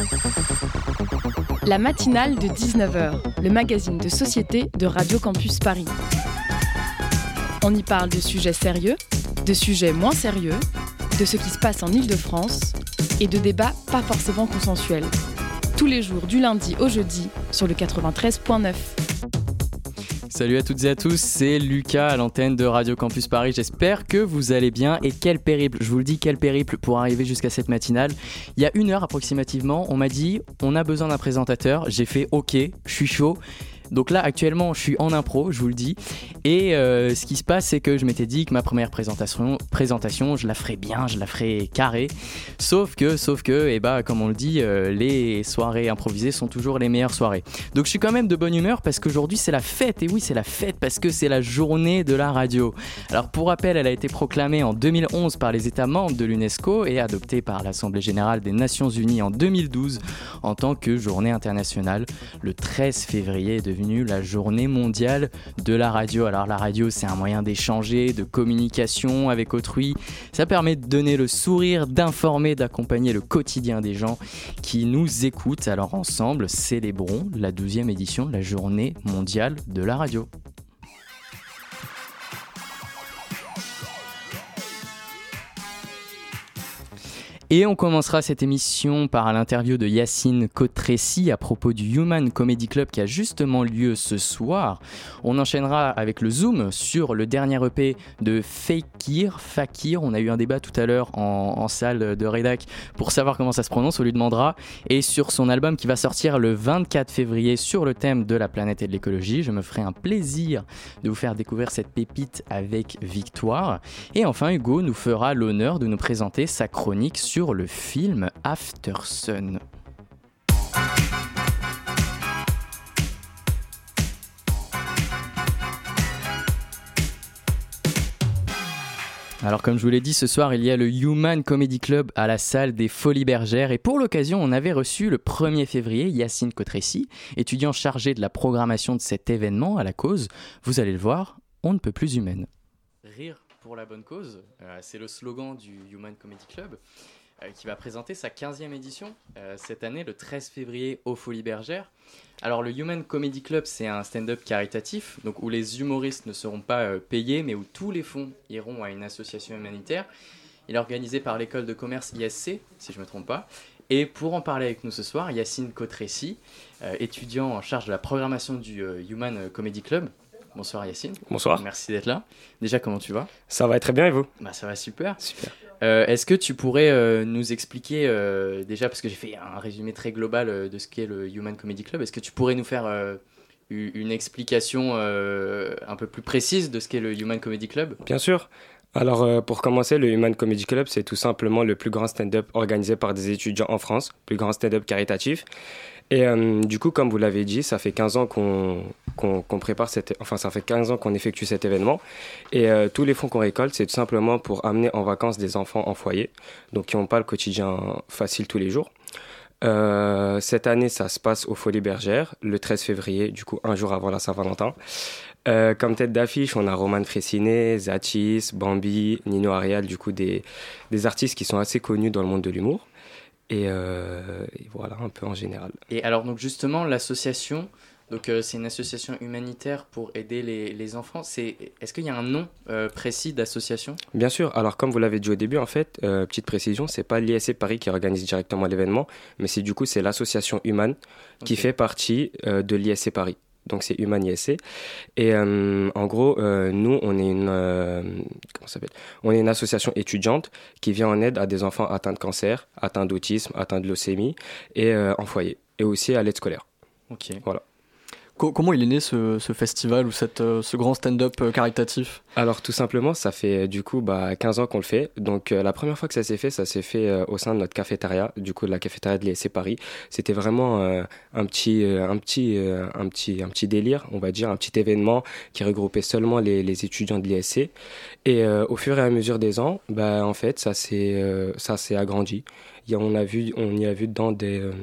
La matinale de 19h, le magazine de société de Radio Campus Paris. On y parle de sujets sérieux, de sujets moins sérieux, de ce qui se passe en Île-de-France et de débats pas forcément consensuels. Tous les jours du lundi au jeudi sur le 93.9. Salut à toutes et à tous, c'est Lucas à l'antenne de Radio Campus Paris. J'espère que vous allez bien et quel périple, je vous le dis, quel périple pour arriver jusqu'à cette matinale. Il y a 1 heure approximativement, on m'a dit on a besoin d'un présentateur. J'ai fait ok, je suis chaud. Donc là, actuellement, je suis en impro, je vous le dis. Et ce qui se passe, c'est que je m'étais dit que ma première présentation, je la ferais bien, je la ferais carré. Sauf que, et bah, comme on le dit, les soirées improvisées sont toujours les meilleures soirées. Donc je suis quand même de bonne humeur parce qu'aujourd'hui, c'est la fête. Et oui, c'est la fête parce que c'est la journée de la radio. Alors pour rappel, elle a été proclamée en 2011 par les États membres de l'UNESCO et adoptée par l'Assemblée générale des Nations Unies en 2012 en tant que journée internationale. Le 13 février est devenu la journée mondiale de la radio. Alors la radio, c'est un moyen d'échanger, de communication avec autrui. Ça permet de donner le sourire, d'informer, d'accompagner le quotidien des gens qui nous écoutent. Alors ensemble, célébrons la 12e édition de la journée mondiale de la radio. Et on commencera cette émission par l'interview de Yacine Kotressi à propos du Human Comedy Club qui a justement lieu ce soir. On enchaînera avec le zoom sur le dernier EP de Fakir. On a eu un débat tout à l'heure en salle de rédac pour savoir comment ça se prononce, on lui demandera. Et sur son album qui va sortir le 24 février sur le thème de la planète et de l'écologie. Je me ferai un plaisir de vous faire découvrir cette pépite avec Victoire. Et enfin, Hugo nous fera l'honneur de nous présenter sa chronique sur le film Aftersun. Alors comme je vous l'ai dit, ce soir il y a le Human Comedy Club à la salle des Folies Bergères et pour l'occasion on avait reçu le 1er février Yacine Kotressi, étudiant chargé de la programmation de cet événement à la cause. Vous allez le voir, on ne peut plus humaine. Rire pour la bonne cause, c'est le slogan du Human Comedy Club. Qui va présenter sa 15e édition cette année, le 13 février, aux Folies Bergères. Alors, le Human Comedy Club, c'est un stand-up caritatif, donc où les humoristes ne seront pas payés, mais où tous les fonds iront à une association humanitaire. Il est organisé par l'école de commerce ISC, si je ne me trompe pas. Et pour en parler avec nous ce soir, Yacine Kotressi, étudiant en charge de la programmation du Human Comedy Club. Bonsoir Yacine. Bonsoir. Merci d'être là. Déjà, comment tu vas ? Ça va très bien et vous ? Bah, ça va super. Super. Est-ce que tu pourrais nous expliquer, déjà, parce que j'ai fait un résumé très global de ce qu'est le Human Comedy Club, est-ce que tu pourrais nous faire une explication un peu plus précise de ce qu'est le Human Comedy Club ? Bien sûr. Alors, pour commencer, le Human Comedy Club, c'est tout simplement le plus grand stand-up organisé par des étudiants en France, plus grand stand-up caritatif. Et du coup, comme vous l'avez dit, ça fait 15 ans qu'on prépare ça fait 15 ans qu'on effectue cet événement. Et tous les fonds qu'on récolte, c'est tout simplement pour amener en vacances des enfants en foyer, donc qui n'ont pas le quotidien facile tous les jours. Cette année, ça se passe aux Folies Bergères, le 13 février, du coup, un jour avant la Saint-Valentin. Comme tête d'affiche, on a Roman Fressinet, Zatis, Bambi, Nino Arial, du coup, des artistes qui sont assez connus dans le monde de l'humour. Et voilà, un peu en général. Et alors, donc justement, l'association, c'est une association humanitaire pour aider les enfants. Est-ce qu'il y a un nom précis d'association ? Bien sûr. Alors, comme vous l'avez dit au début, en fait, petite précision, c'est pas l'ISC Paris qui organise directement l'événement, mais c'est l'association Human qui fait partie de l'ISC Paris. Donc c'est Human ISC. Et en gros, nous, on est une association étudiante qui vient en aide à des enfants atteints de cancer, atteints d'autisme, atteints de leucémie et en foyer. Et aussi à l'aide scolaire. Ok. Voilà. Comment il est né ce festival ou ce grand stand-up caritatif ? Alors tout simplement, ça fait du coup 15 ans qu'on le fait. Donc la première fois que ça s'est fait au sein de notre cafétéria, du coup de la cafétéria de l'ISC Paris. C'était vraiment un petit délire, on va dire, un petit événement qui regroupait seulement les étudiants de l'ISC. Et au fur et à mesure des ans, en fait, ça s'est agrandi. On y a vu dedans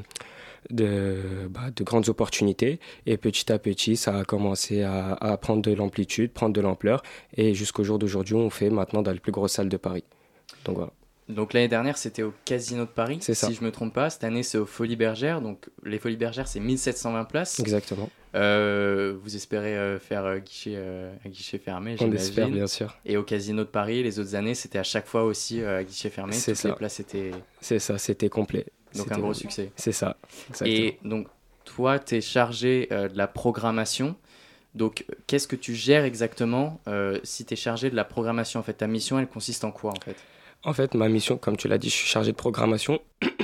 de grandes opportunités et petit à petit ça a commencé à prendre de l'amplitude, prendre de l'ampleur et jusqu'au jour d'aujourd'hui on fait maintenant dans les plus grosses salles de Paris. Donc voilà. Donc l'année dernière, c'était au Casino de Paris, C'est ça. si je me trompe pas. Cette année, c'est aux Folies Bergères. Donc les Folies Bergères, c'est 1720 places. Exactement. Vous espérez faire guichet fermé, On j'imagine. espère, bien sûr. Et au Casino de Paris, les autres années, c'était à chaque fois aussi à guichet fermé. C'est Toutes ça. les places étaient... C'est ça, c'était complet. Donc C'était- un gros succès. C'est ça, exactement. Et donc, toi, tu es chargé de la programmation. Donc, qu'est-ce que tu gères exactement si tu es chargé de la programmation? En fait, ta mission, elle consiste en quoi, en fait? En fait, ma mission, comme tu l'as dit, je suis chargé de programmation.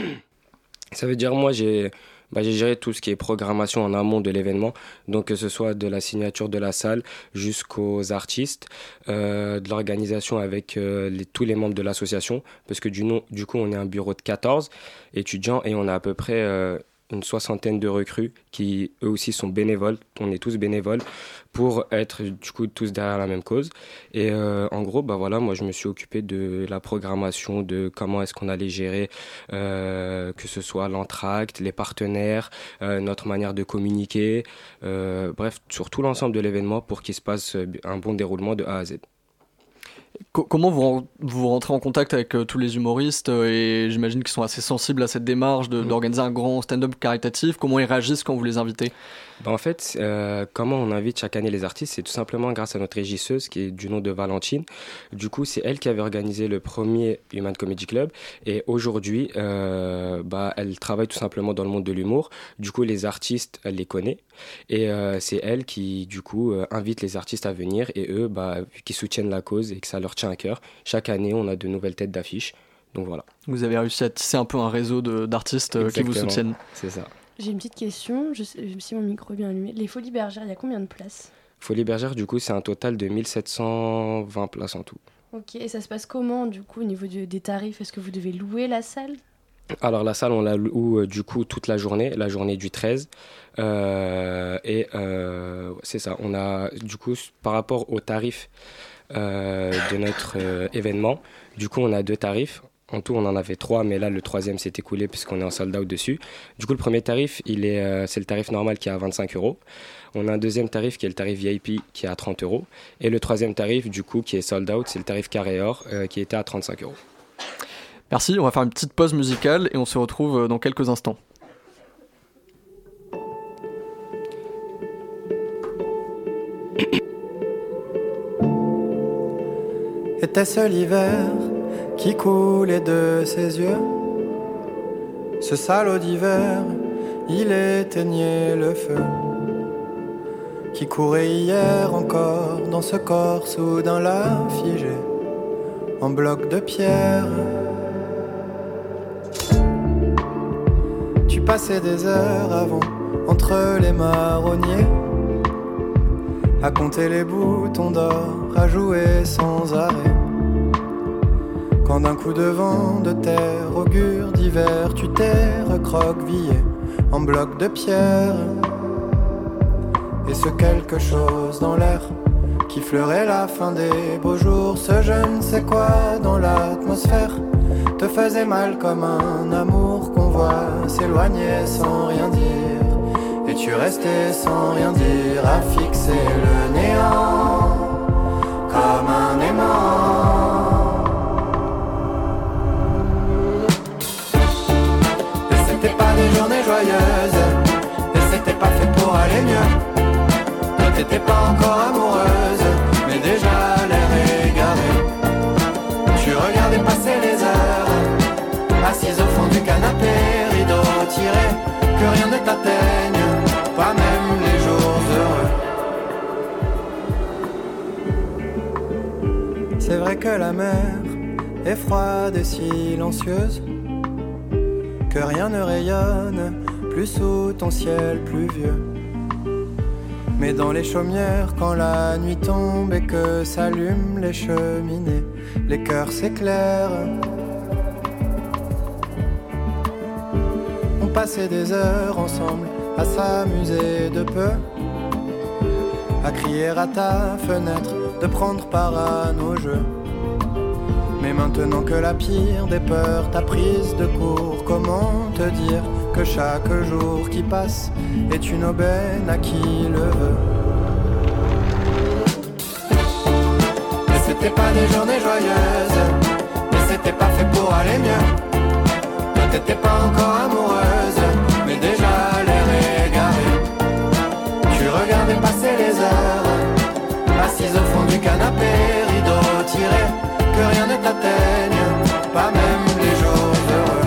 Ça veut dire, moi, j'ai géré tout ce qui est programmation en amont de l'événement. Donc, que ce soit de la signature de la salle jusqu'aux artistes, de l'organisation avec tous les membres de l'association. Parce que du coup, on est un bureau de 14 étudiants et on a à peu près une soixantaine de recrues qui, eux aussi, sont bénévoles. On est tous bénévoles pour être, du coup, tous derrière la même cause. Et en gros, voilà, moi, je me suis occupé de la programmation, de comment est-ce qu'on allait gérer, que ce soit l'entracte, les partenaires, notre manière de communiquer, bref, sur tout l'ensemble de l'événement pour qu'il se passe un bon déroulement de A à Z. Comment vous rentrez en contact avec tous les humoristes et j'imagine qu'ils sont assez sensibles à cette démarche d'organiser un grand stand-up caritatif? Comment ils réagissent quand vous les invitez? En fait, comment on invite chaque année les artistes, c'est tout simplement grâce à notre régisseuse qui est du nom de Valentine. Du coup, c'est elle qui avait organisé le premier Human Comedy Club et aujourd'hui, elle travaille tout simplement dans le monde de l'humour. Du coup, les artistes, elle les connaît et c'est elle qui, du coup, invite les artistes à venir et eux, vu qu'ils soutiennent la cause et que ça leur tient à cœur, chaque année, on a de nouvelles têtes d'affiche. Donc voilà. Vous avez réussi à tisser un peu un réseau d'artistes qui vous Exactement. soutiennent. C'est ça. J'ai une petite question, je sais si mon micro est bien allumé. Les Folies Bergères, il y a combien de places? Folies Bergères, du coup, c'est un total de 1720 places en tout. Ok, et ça se passe comment du coup au niveau des tarifs? Est-ce que vous devez louer la salle? Alors la salle, on la loue du coup toute la journée du 13. C'est ça, on a du coup par rapport au tarif de notre événement, du coup on a 2 tarifs. En tout, on en avait 3, mais là, le 3e s'est écoulé puisqu'on est en sold out dessus. Du coup, le premier tarif, c'est le tarif normal qui est à 25 €. On a un deuxième tarif qui est le tarif VIP qui est à 30 €. Et le troisième tarif, du coup, qui est sold out, c'est le tarif carré or qui était à 35 €. Merci, on va faire une petite pause musicale et on se retrouve dans quelques instants. Était-ce l'hiver qui coulait de ses yeux? Ce salaud d'hiver, il éteignait le feu qui courait hier encore dans ce corps soudain là figé en bloc de pierre. Tu passais des heures avant entre les marronniers à compter les boutons d'or, à jouer sans arrêt. Quand d'un coup de vent de terre, augure d'hiver, tu t'es recroquevillé en bloc de pierre. Et ce quelque chose dans l'air qui fleurait la fin des beaux jours, ce je ne sais quoi dans l'atmosphère te faisait mal comme un amour qu'on voit s'éloigner sans rien dire. Et tu restais sans rien dire à fixer le néant comme un aimant. Et c'était pas des journées joyeuses, et c'était pas fait pour aller mieux. Toi t'étais pas encore amoureuse, mais déjà l'air égaré. Tu regardais passer les heures, assise au fond du canapé, rideau tiré, que rien ne t'atteigne, pas même les jours heureux. C'est vrai que la mer est froide et silencieuse, que rien ne rayonne plus sous ton ciel pluvieux. Mais dans les chaumières, quand la nuit tombe et que s'allument les cheminées, les cœurs s'éclairent. On passait des heures ensemble à s'amuser de peu, à crier à ta fenêtre, de prendre part à nos jeux. Mais maintenant que la pire des peurs t'a prise de court, comment te dire que chaque jour qui passe est une aubaine à qui le veut. Et c'était pas des journées joyeuses, mais t'étais pas fait pour aller mieux. Toi t'étais pas encore amoureuse, mais déjà l'air égaré. Tu regardais passer les heures, assise au fond du canapé, rideau tiré, que rien ne t'atteigne, pas même les jours heureux.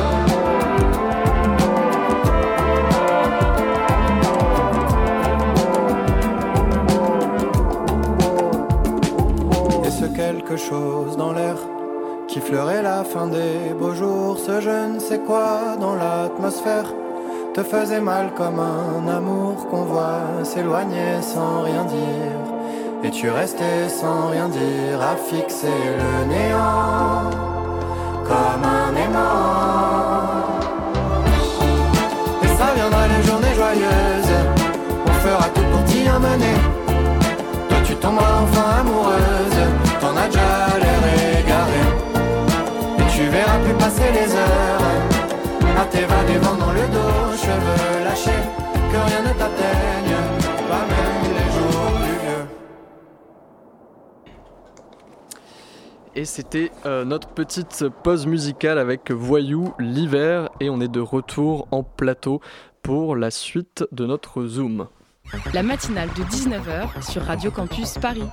Quelque chose dans l'air qui fleurait la fin des beaux jours. Ce je ne sais quoi dans l'atmosphère te faisait mal comme un amour qu'on voit s'éloigner sans rien dire. Et tu restais sans rien dire à fixer le néant comme un aimant. Et ça viendra les journées joyeuses, on fera tout pour t'y amener. Toi tu tomberas enfin amoureuse, t'en as déjà l'air égaré. Et tu verras plus passer les heures à t'évader vent dans le dos, cheveux lâchés, que rien ne t'atteigne, pas même les jours plus vieux. Et c'était notre petite pause musicale avec Voyou, l'hiver, et on est de retour en plateau pour la suite de notre Zoom. La matinale de 19h sur Radio Campus Paris.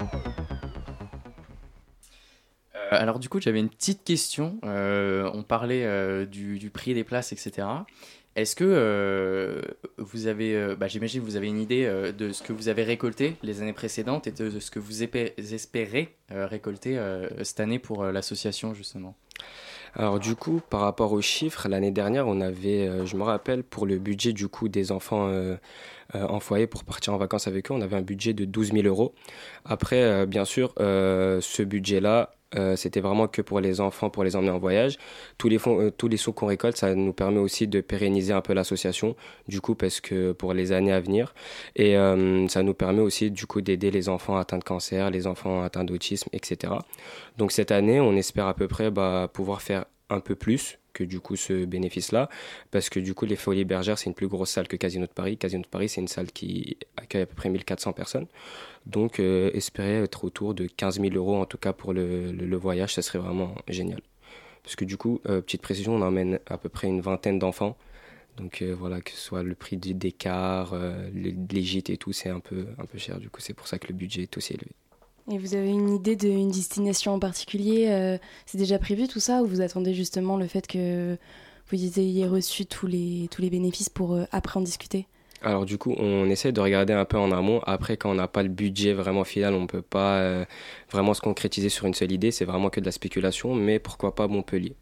Alors du coup, j'avais une petite question. On parlait du prix des places, etc. Est-ce que vous avez, j'imagine que vous avez une idée de ce que vous avez récolté les années précédentes et de ce que vous espérez récolter cette année pour l'association, justement? Alors du coup, par rapport aux chiffres, l'année dernière, on avait, je me rappelle, pour le budget du coup des enfants en foyer pour partir en vacances avec eux, on avait un budget de 12 000 euros. Après, bien sûr, ce budget-là, c'était vraiment que pour les enfants, pour les emmener en voyage. Tous les sous qu'on récolte, ça nous permet aussi de pérenniser un peu l'association, du coup, parce que pour les années à venir. Et ça nous permet aussi, du coup, d'aider les enfants atteints de cancer, les enfants atteints d'autisme, etc. Donc cette année, on espère à peu près pouvoir faire un peu plus que du coup ce bénéfice-là, parce que du coup les Folies Bergères, c'est une plus grosse salle que Casino de Paris. Casino de Paris, c'est une salle qui accueille à peu près 1400 personnes. Donc espérer être autour de 15 000 euros en tout cas pour le voyage, ça serait vraiment génial. Parce que du coup, petite précision, on emmène à peu près une vingtaine d'enfants. Donc voilà, que ce soit le prix des cars, les gîtes et tout, c'est un peu cher. Du coup, c'est pour ça que le budget est aussi élevé. Et vous avez une idée d'une destination en particulier c'est déjà prévu tout ça, ou vous attendez justement le fait que vous ayez reçu tous les bénéfices pour après en discuter? Alors du coup, on essaie de regarder un peu en amont. Après, quand on n'a pas le budget vraiment final, on ne peut pas vraiment se concrétiser sur une seule idée. C'est vraiment que de la spéculation, mais pourquoi pas Montpellier?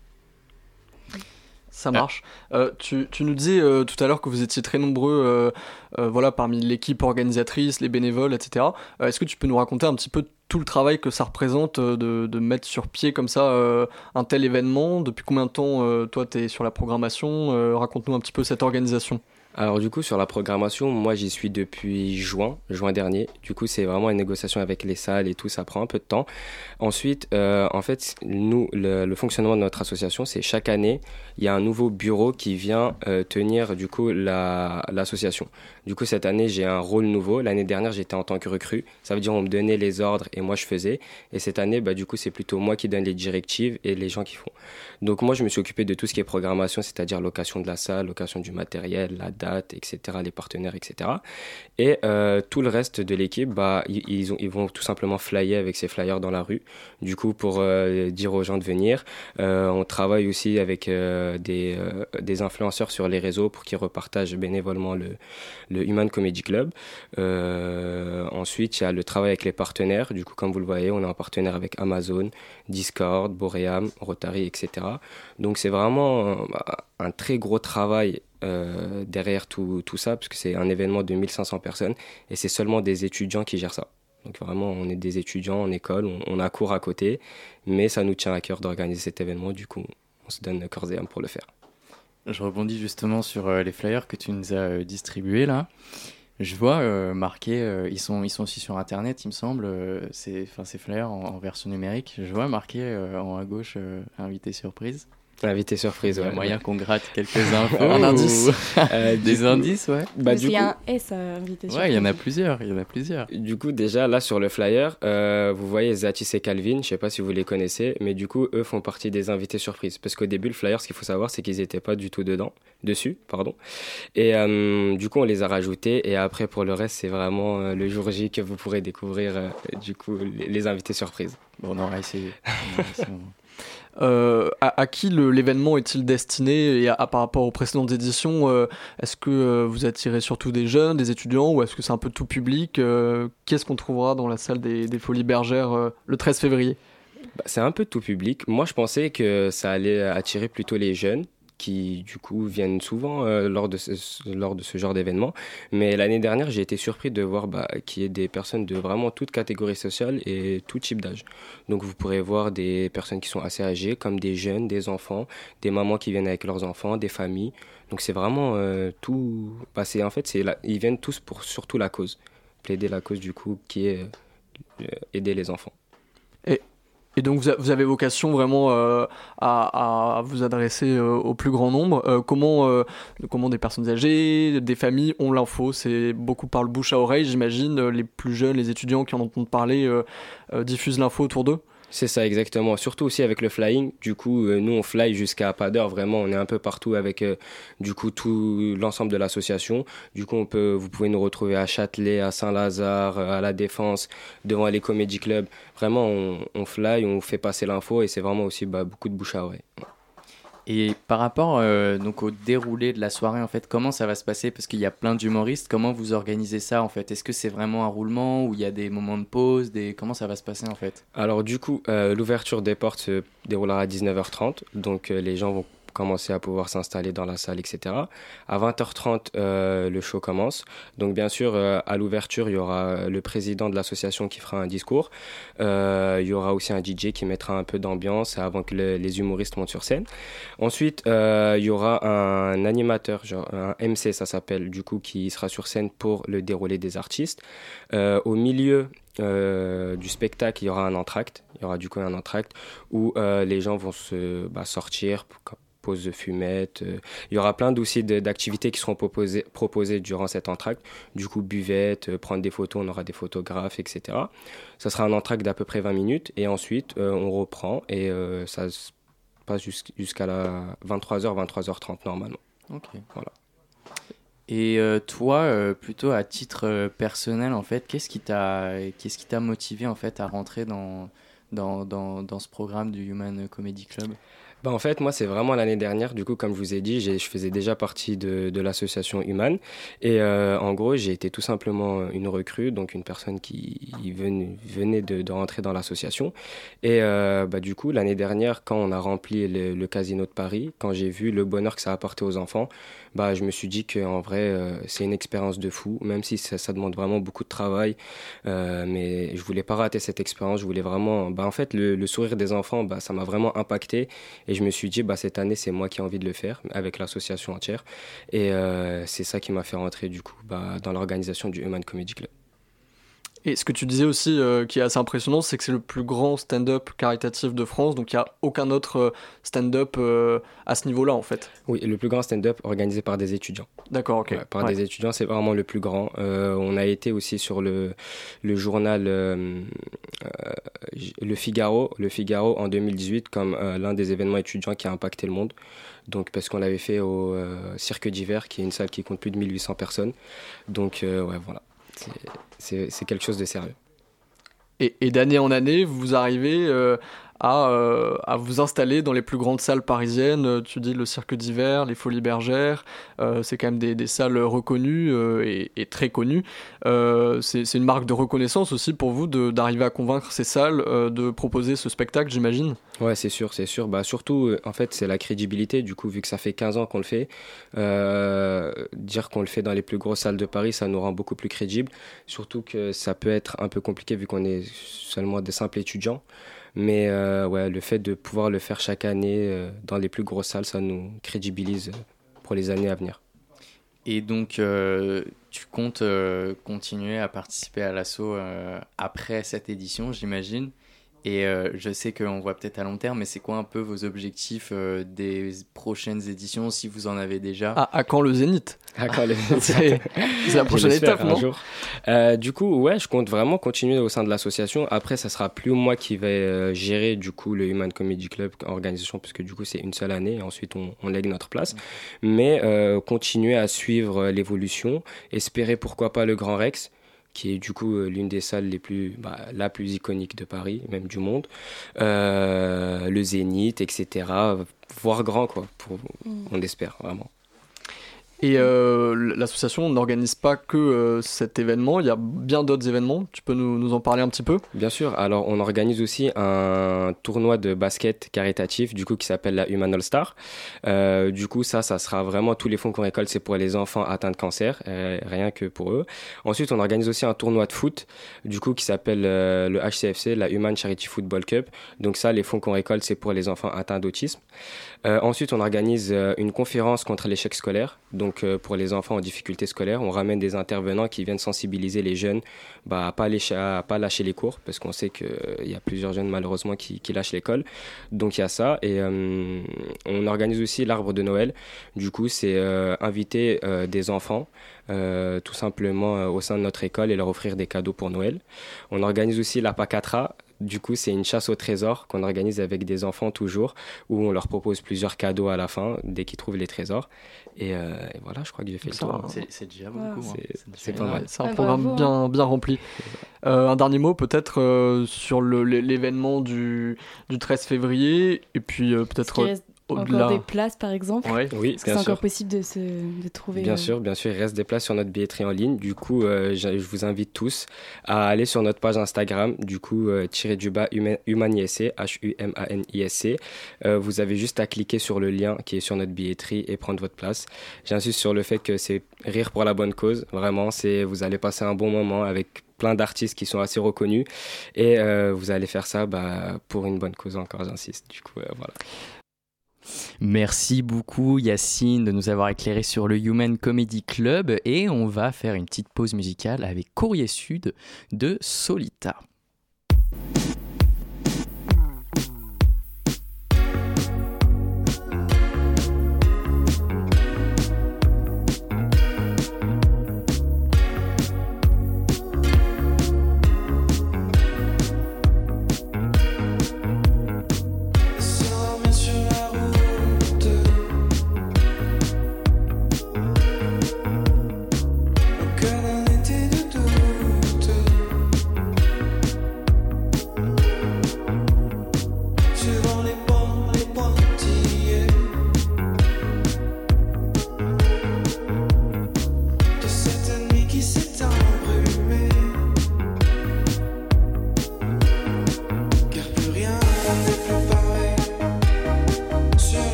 Ça marche. Tu nous disais tout à l'heure que vous étiez très nombreux parmi l'équipe organisatrice, les bénévoles, etc. Est-ce que tu peux nous raconter un petit peu tout le travail que ça représente de mettre sur pied comme ça un tel événement? Depuis combien de temps toi tu es sur la programmation? Raconte-nous un petit peu cette organisation. Alors du coup, sur la programmation, moi j'y suis depuis juin dernier. Du coup, c'est vraiment une négociation avec les salles et tout, ça prend un peu de temps. Ensuite, en fait, nous, le fonctionnement de notre association, c'est chaque année, il y a un nouveau bureau qui vient tenir du coup l'association. Du coup, cette année, j'ai un rôle nouveau. L'année dernière, j'étais en tant que recrue. Ça veut dire on me donnait les ordres et moi je faisais. Et cette année, du coup, c'est plutôt moi qui donne les directives et les gens qui font. Donc moi, je me suis occupé de tout ce qui est programmation, c'est-à-dire location de la salle, location du matériel, la date, etc., les partenaires, etc. Et tout le reste de l'équipe, ils vont tout simplement flyer avec ces flyers dans la rue. Du coup, pour dire aux gens de venir. On travaille aussi avec des influenceurs sur les réseaux pour qu'ils repartagent bénévolement le Human Comedy Club. Ensuite, il y a le travail avec les partenaires. Du coup, comme vous le voyez, on est en partenaire avec Amazon, Discord, Boream, Rotary, etc. Donc, c'est vraiment un très gros travail derrière tout ça, parce que c'est un événement de 1500 personnes et c'est seulement des étudiants qui gèrent ça. Donc vraiment, on est des étudiants en école, on a cours à côté, mais ça nous tient à cœur d'organiser cet événement. Du coup, on se donne corps et âme pour le faire. Je rebondis justement sur les flyers que tu nous as distribués là. Je vois marqué, ils sont aussi sur internet, il me semble, ces flyers en version numérique. Je vois marqué en haut à gauche invité surprise. Invité surprise, Il y a ouais. moyen qu'on gratte quelques infos. Un indice. Des indices, ouais. Bah, Parce du qu'il y coup, a un S à inviter sur Ouais, il y en a plusieurs. Du coup, déjà, là, sur le flyer, vous voyez Zatis et Calvin, je sais pas si vous les connaissez, mais du coup, eux font partie des invités surprises. Parce qu'au début, le flyer, ce qu'il faut savoir, c'est qu'ils n'étaient pas du tout dessus. Et du coup, on les a rajoutés. Et après, pour le reste, c'est vraiment le jour J que vous pourrez découvrir, du coup, les invités surprises. Bon, on aura essayé. À qui l'événement est-il destiné et par rapport aux précédentes éditions, est-ce que vous attirez surtout des jeunes, des étudiants, ou est-ce que c'est un peu tout public? Qu'est-ce qu'on trouvera dans la salle des Folies Bergères le 13 février? C'est un peu tout public. Moi, je pensais que ça allait attirer plutôt les jeunes qui, du coup, viennent souvent lors de ce genre d'événement. Mais l'année dernière, j'ai été surpris de voir qu'il y ait des personnes de vraiment toute catégorie sociale et tout type d'âge. Donc, vous pourrez voir des personnes qui sont assez âgées, comme des jeunes, des enfants, des mamans qui viennent avec leurs enfants, des familles. Donc, c'est vraiment tout... Ils viennent tous pour surtout la cause. Plaider la cause, du coup, qui est aider les enfants. Et donc vous avez vocation vraiment à vous adresser au plus grand nombre. Comment des personnes âgées, des familles ont l'info? C'est beaucoup par le bouche à oreille, j'imagine. Les plus jeunes, les étudiants qui en entendent parler diffusent l'info autour d'eux. C'est ça, exactement. Surtout aussi avec le flying. Du coup, nous, on fly jusqu'à pas d'heure. Vraiment, on est un peu partout avec, du coup, tout l'ensemble de l'association. Du coup, vous pouvez nous retrouver à Châtelet, à Saint-Lazare, à La Défense, devant les comédie clubs. Vraiment, on fly, on fait passer l'info et c'est vraiment aussi beaucoup de bouche à oreille. Et par rapport donc au déroulé de la soirée, en fait, comment ça va se passer? Parce qu'il y a plein d'humoristes. Comment vous organisez ça, en fait? Est-ce que c'est vraiment un roulement où il y a des moments de pause? Comment ça va se passer, en fait? Alors, du coup, l'ouverture des portes se déroulera à 19h30. Donc, les gens vont commencer à pouvoir s'installer dans la salle, etc. À 20h30, le show commence. Donc, bien sûr, à l'ouverture, il y aura le président de l'association qui fera un discours. Il y aura aussi un DJ qui mettra un peu d'ambiance avant que les humoristes montent sur scène. Ensuite, il y aura un animateur, genre un MC, ça s'appelle, du coup, qui sera sur scène pour le déroulé des artistes. Au milieu du spectacle, il y aura un entracte. Il y aura du coup un entracte où les gens vont sortir, pause de fumette. Il y aura plein aussi d'activités qui seront proposées durant cet entracte. Du coup, buvette, prendre des photos, on aura des photographes, etc. Ça sera un entracte d'à peu près 20 minutes et ensuite on reprend et ça se passe jusqu'à la 23h, 23h30 normalement. Ok. Voilà. Et toi, plutôt à titre personnel, en fait, qu'est-ce qui t'a motivé en fait à rentrer dans ce programme du Human Comedy Club? En fait, moi, c'est vraiment l'année dernière. Du coup, comme je vous ai dit, je faisais déjà partie de l'association Human. Et en gros, j'ai été tout simplement une recrue, donc une personne qui venait de rentrer dans l'association. Et du coup, l'année dernière, quand on a rempli le Casino de Paris, quand j'ai vu le bonheur que ça apportait aux enfants, je me suis dit qu'en vrai, c'est une expérience de fou, même si ça demande vraiment beaucoup de travail. Mais je voulais pas rater cette expérience. Je voulais vraiment... en fait, le sourire des enfants, ça m'a vraiment impacté. Et je me suis dit, cette année, c'est moi qui ai envie de le faire, avec l'association entière. Et c'est ça qui m'a fait rentrer, du coup, dans l'organisation du Human Comedy Club. Et ce que tu disais aussi, qui est assez impressionnant, c'est que c'est le plus grand stand-up caritatif de France, donc il n'y a aucun autre stand-up à ce niveau-là, en fait. Oui, le plus grand stand-up organisé par des étudiants. D'accord, ok. Ouais, des étudiants, c'est vraiment le plus grand. On a été aussi sur le journal Le Figaro en 2018 comme l'un des événements étudiants qui a impacté le monde. Donc, parce qu'on l'avait fait au Cirque d'Hiver, qui est une salle qui compte plus de 1800 personnes. Donc, voilà. C'est quelque chose de sérieux. Et d'année en année, vous arrivez à vous installer dans les plus grandes salles parisiennes. Tu dis le Cirque d'Hiver, les Folies Bergères, c'est quand même des salles reconnues et très connues. C'est une marque de reconnaissance aussi pour vous d'arriver à convaincre ces salles de proposer ce spectacle, j'imagine. Ouais, c'est sûr. Surtout, en fait, c'est la crédibilité. Du coup, vu que ça fait 15 ans qu'on le fait, dire qu'on le fait dans les plus grosses salles de Paris, ça nous rend beaucoup plus crédibles. Surtout que ça peut être un peu compliqué vu qu'on est seulement des simples étudiants. Mais le fait de pouvoir le faire chaque année dans les plus grosses salles, ça nous crédibilise pour les années à venir. Et donc, tu comptes continuer à participer à l'assaut après cette édition, j'imagine. Et je sais qu'on voit peut-être à long terme, mais c'est quoi un peu vos objectifs des prochaines éditions, si vous en avez déjà? À quand le Zénith? C'est la prochaine étape, non? Du coup, ouais, je compte vraiment continuer au sein de l'association. Après, ça sera plus moi qui vais gérer du coup le Human Comedy Club organisation, parce que du coup c'est une seule année et ensuite on lègue notre place. Mais continuer à suivre l'évolution, espérer pourquoi pas le Grand Rex, qui est du coup l'une des salles la plus iconique de Paris, même du monde, le Zénith, etc. Voir grand, quoi, on espère vraiment. Et l'association n'organise pas que cet événement, il y a bien d'autres événements, tu peux nous en parler un petit peu? Bien sûr, alors on organise aussi un tournoi de basket caritatif du coup qui s'appelle la Human All Star. Du coup ça sera vraiment tous les fonds qu'on récolte, c'est pour les enfants atteints de cancer, rien que pour eux. Ensuite on organise aussi un tournoi de foot du coup qui s'appelle le HCFC, la Human Charity Football Cup. Donc ça, les fonds qu'on récolte, c'est pour les enfants atteints d'autisme. Ensuite on organise une conférence contre l'échec scolaire. Donc pour les enfants en difficulté scolaire, on ramène des intervenants qui viennent sensibiliser les jeunes à pas lâcher les cours, parce qu'on sait qu'il y a plusieurs jeunes malheureusement qui lâchent l'école. Donc il y a ça. Et on organise aussi l'arbre de Noël. Du coup c'est inviter des enfants tout simplement au sein de notre école et leur offrir des cadeaux pour Noël. On organise aussi la Pacatra. Du coup, c'est une chasse au trésor qu'on organise avec des enfants toujours, où on leur propose plusieurs cadeaux à la fin, dès qu'ils trouvent les trésors. Et voilà, je crois que j'ai fait le tour. C'est déjà beaucoup. C'est pas mal. C'est un programme bien rempli. Un dernier mot peut-être sur l'événement du 13 février, et puis peut-être... Encore des places par exemple? Oui, est-ce que c'est encore possible de trouver? Bien sûr, il reste des places sur notre billetterie en ligne. Du coup, je vous invite tous à aller sur notre page Instagram, du coup, _Humanisc, HUMANISC. Vous avez juste à cliquer sur le lien qui est sur notre billetterie et prendre votre place. J'insiste sur le fait que c'est rire pour la bonne cause. Vraiment, vous allez passer un bon moment avec plein d'artistes qui sont assez reconnus et vous allez faire ça pour une bonne cause encore, j'insiste. Du coup, voilà. Merci beaucoup Yacine de nous avoir éclairé sur le Human Comedy Club, et on va faire une petite pause musicale avec Courrier Sud de Solita. Aucun été de doute.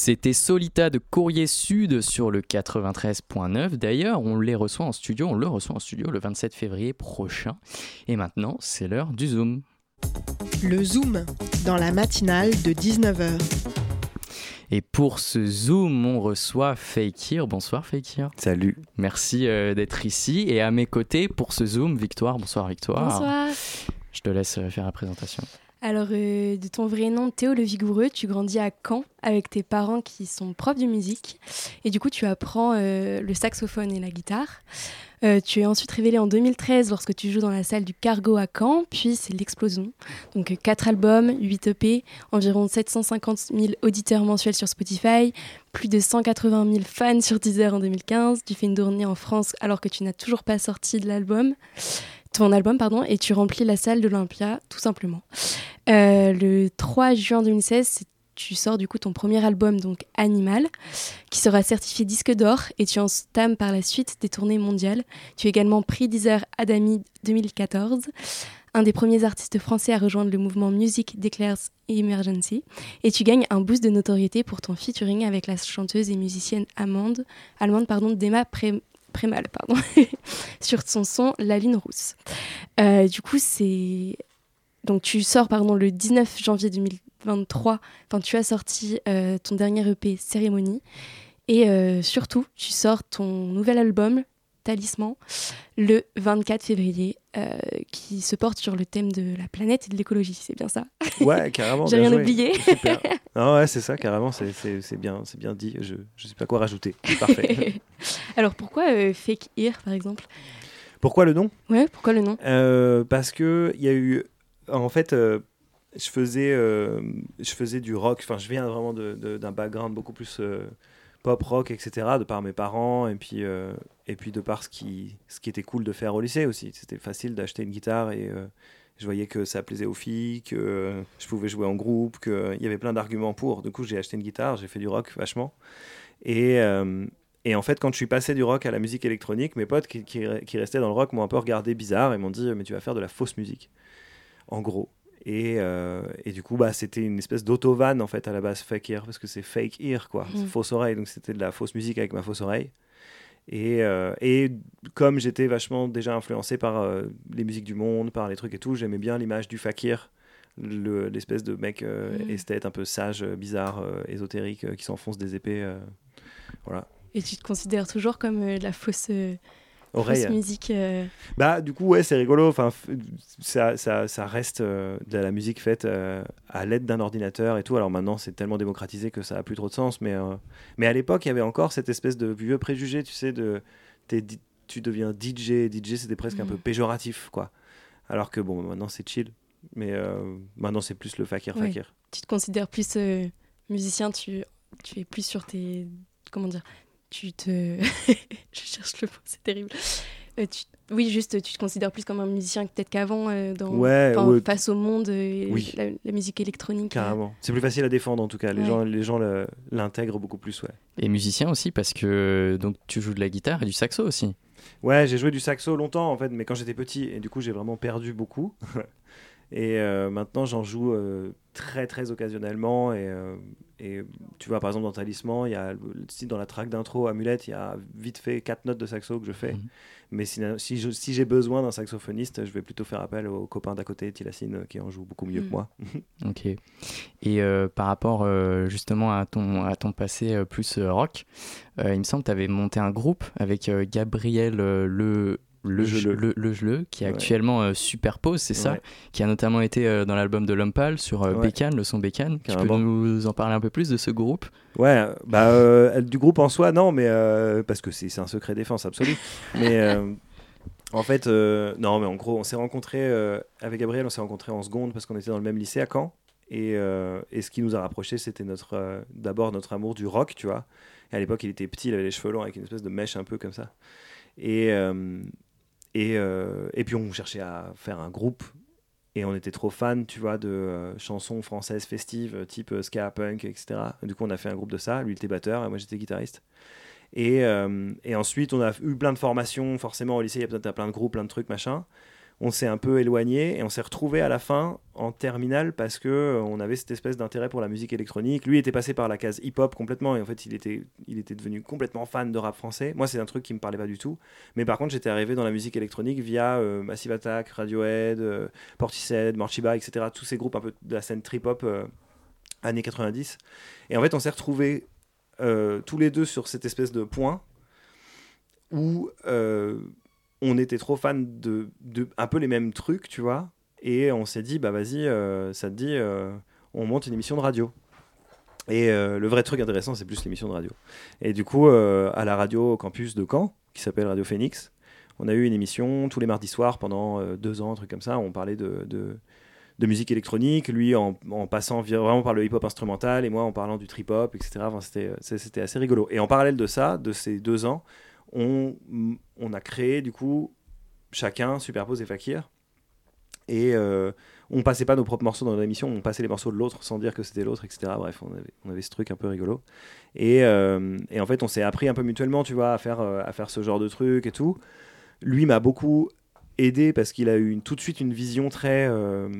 C'était Solita de Courrier Sud sur le 93.9. D'ailleurs, on le reçoit en studio le 27 février prochain. Et maintenant, c'est l'heure du Zoom. Le Zoom, dans la matinale de 19h. Et pour ce Zoom, on reçoit Fakir. Bonsoir Fakir. Salut. Merci d'être ici. Et à mes côtés, pour ce Zoom, Victoire. Bonsoir Victoire. Bonsoir. Je te laisse faire la présentation. Alors, de ton vrai nom, Théo Le Vigoureux, tu grandis à Caen avec tes parents qui sont profs de musique. Et du coup, tu apprends le saxophone et la guitare. Tu es ensuite révélé en 2013 lorsque tu joues dans la salle du Cargo à Caen. Puis, c'est l'explosion. Donc, 4 albums, 8 EP, environ 750 000 auditeurs mensuels sur Spotify, plus de 180 000 fans sur Deezer en 2015. Tu fais une tournée en France alors que tu n'as toujours pas sorti ton album, et tu remplis la salle de l'Olympia, tout simplement. Le 3 juin 2016, tu sors du coup ton premier album, donc Animal, qui sera certifié disque d'or, et tu entames par la suite des tournées mondiales. Tu es également prix Deezer Adami 2014, un des premiers artistes français à rejoindre le mouvement Music Declares Emergency, et tu gagnes un boost de notoriété pour ton featuring avec la chanteuse et musicienne allemande Dema Prémal, sur son son La Ligne Rousse. Du coup, donc tu sors le 19 janvier 2023, tu as sorti ton dernier EP Cérémonie, et surtout tu sors ton nouvel album Talisman le 24 février, qui se porte sur le thème de la planète et de l'écologie, c'est bien ça? Ouais, carrément. J'ai rien oublié. Super. Non, ouais, c'est ça, carrément, c'est bien dit. Je sais pas quoi rajouter. Parfait. Alors pourquoi Fake Ear, par exemple? Pourquoi le nom? Ouais, pourquoi le nom? Parce que il y a eu, en fait, je faisais du rock. Enfin, je viens vraiment d'un background beaucoup plus pop rock, etc. De par mes parents et puis de par ce qui était cool de faire au lycée aussi. C'était facile d'acheter une guitare et je voyais que ça plaisait aux filles, que je pouvais jouer en groupe, qu'il y avait plein d'arguments pour. Du coup, j'ai acheté une guitare, j'ai fait du rock vachement. Et en fait, quand je suis passé du rock à la musique électronique, mes potes qui restaient dans le rock m'ont un peu regardé bizarre et m'ont dit « Mais tu vas faire de la fausse musique », en gros. Et du coup, c'était une espèce d'auto-van, en fait, à la base, Fake Ear, parce que c'est fake ear, quoi. C'est fausse oreille, donc c'était de la fausse musique avec ma fausse oreille. Et comme j'étais vachement déjà influencé par les musiques du monde, par les trucs et tout, j'aimais bien l'image du fakir, l'espèce de mec esthète un peu sage, bizarre, ésotérique, qui s'enfonce des épées. Voilà. Et tu te considères toujours comme de la fausse musique Du coup, ouais, c'est rigolo. Enfin, ça reste de la musique faite à l'aide d'un ordinateur et tout. Alors maintenant, c'est tellement démocratisé que ça a plus trop de sens. Mais à l'époque, il y avait encore cette espèce de vieux préjugé, tu sais, tu deviens DJ. DJ, c'était presque un peu péjoratif, quoi. Alors que bon, maintenant, c'est chill. Mais maintenant, c'est plus le fakir. Tu te considères plus musicien, tu es plus sur tes... Comment dire? Je cherche le mot, c'est terrible. Tu te considères plus comme un musicien peut-être qu'avant, face au monde, la musique électronique. Carrément. C'est plus facile à défendre en tout cas. Les gens l'intègrent beaucoup plus, ouais. Et musicien aussi, parce que donc, tu joues de la guitare et du saxo aussi. Ouais, j'ai joué du saxo longtemps en fait, mais quand j'étais petit, et du coup j'ai vraiment perdu beaucoup. Et maintenant j'en joue très très occasionnellement et tu vois par exemple dans Talisman il y a dans la track d'intro Amulette il y a vite fait 4 notes de saxo que je fais, mais si j'ai besoin d'un saxophoniste je vais plutôt faire appel aux copains d'à côté, Tilassine, qui en joue beaucoup mieux que moi. Ok. Et par rapport justement à ton passé plus rock, il me semble que tu avais monté un groupe avec Gabriel le Geleux, qui est actuellement Superpose, c'est ça, qui a notamment été dans l'album de Lumpal sur Bécane, le son Bécane. Tu peux nous en parler un peu plus de ce groupe? Ouais, du groupe en soi, non, mais parce que c'est un secret défense absolu. Mais en fait, non, mais en gros, on s'est rencontrés avec Gabriel, on s'est rencontrés en seconde parce qu'on était dans le même lycée à Caen. Et ce qui nous a rapprochés, c'était d'abord notre amour du rock, tu vois. Et à l'époque, il était petit, il avait les cheveux longs avec une espèce de mèche un peu comme ça. Et puis on cherchait à faire un groupe et on était trop fans, tu vois, de chansons françaises festives type ska, punk, etc. Du coup on a fait un groupe de ça, lui il était batteur et moi j'étais guitariste. Et ensuite on a eu plein de formations, forcément au lycée il y a plein de groupes, plein de trucs, machin. on s'est un peu éloigné et on s'est retrouvé à la fin en terminale parce que on avait cette espèce d'intérêt pour la musique électronique. Lui était passé par la case hip-hop complètement et en fait il était devenu complètement fan de rap français. Moi c'est un truc qui me parlait pas du tout. Mais par contre j'étais arrivé dans la musique électronique via Massive Attack, Radiohead, Portishead, Morchiba, etc. Tous ces groupes un peu de la scène trip-hop années 90. Et en fait on s'est retrouvés tous les deux sur cette espèce de point où on était trop fans de un peu les mêmes trucs, tu vois, et on s'est dit, bah vas-y, ça te dit, on monte une émission de radio. Et le vrai truc intéressant, c'est plus l'émission de radio. Et du coup, à la radio au campus de Caen, qui s'appelle Radio Phoenix, on a eu une émission tous les mardis soirs pendant 2 ans, un truc comme ça. On parlait de musique électronique, lui en passant vraiment par le hip-hop instrumental, et moi en parlant du trip-hop, etc. Enfin, c'était assez rigolo. Et en parallèle de ça, de ces 2 ans, on a créé du coup chacun Superpose et Fakir et on passait pas nos propres morceaux dans l'émission, on passait les morceaux de l'autre sans dire que c'était l'autre, etc. Bref, on avait ce truc un peu rigolo et en fait on s'est appris un peu mutuellement, tu vois, à faire ce genre de truc et tout. Lui m'a beaucoup aidé parce qu'il a eu tout de suite une vision très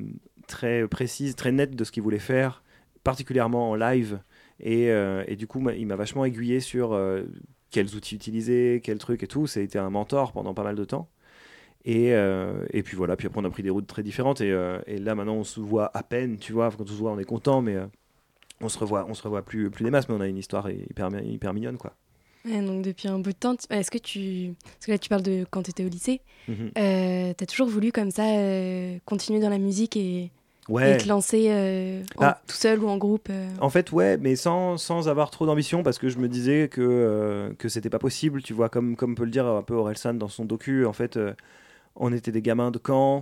précise, très nette de ce qu'il voulait faire, particulièrement en live et du coup il m'a vachement aiguillé sur quels outils utiliser, quel truc et tout. Ça a été un mentor pendant pas mal de temps. Et puis voilà, puis après on a pris des routes très différentes. Et là maintenant on se voit à peine, tu vois. Quand on se voit on est content, mais on se revoit plus des masses. Mais on a une histoire hyper mignonne, quoi. Ouais, donc depuis un bout de temps, parce que là tu parles de quand tu étais au lycée, t'as toujours voulu comme ça continuer dans la musique et te lancer tout seul ou en groupe En fait, ouais, mais sans avoir trop d'ambition, parce que je me disais que c'était pas possible, tu vois, comme peut le dire un peu Orelsan dans son docu. En fait, on était des gamins de Caen,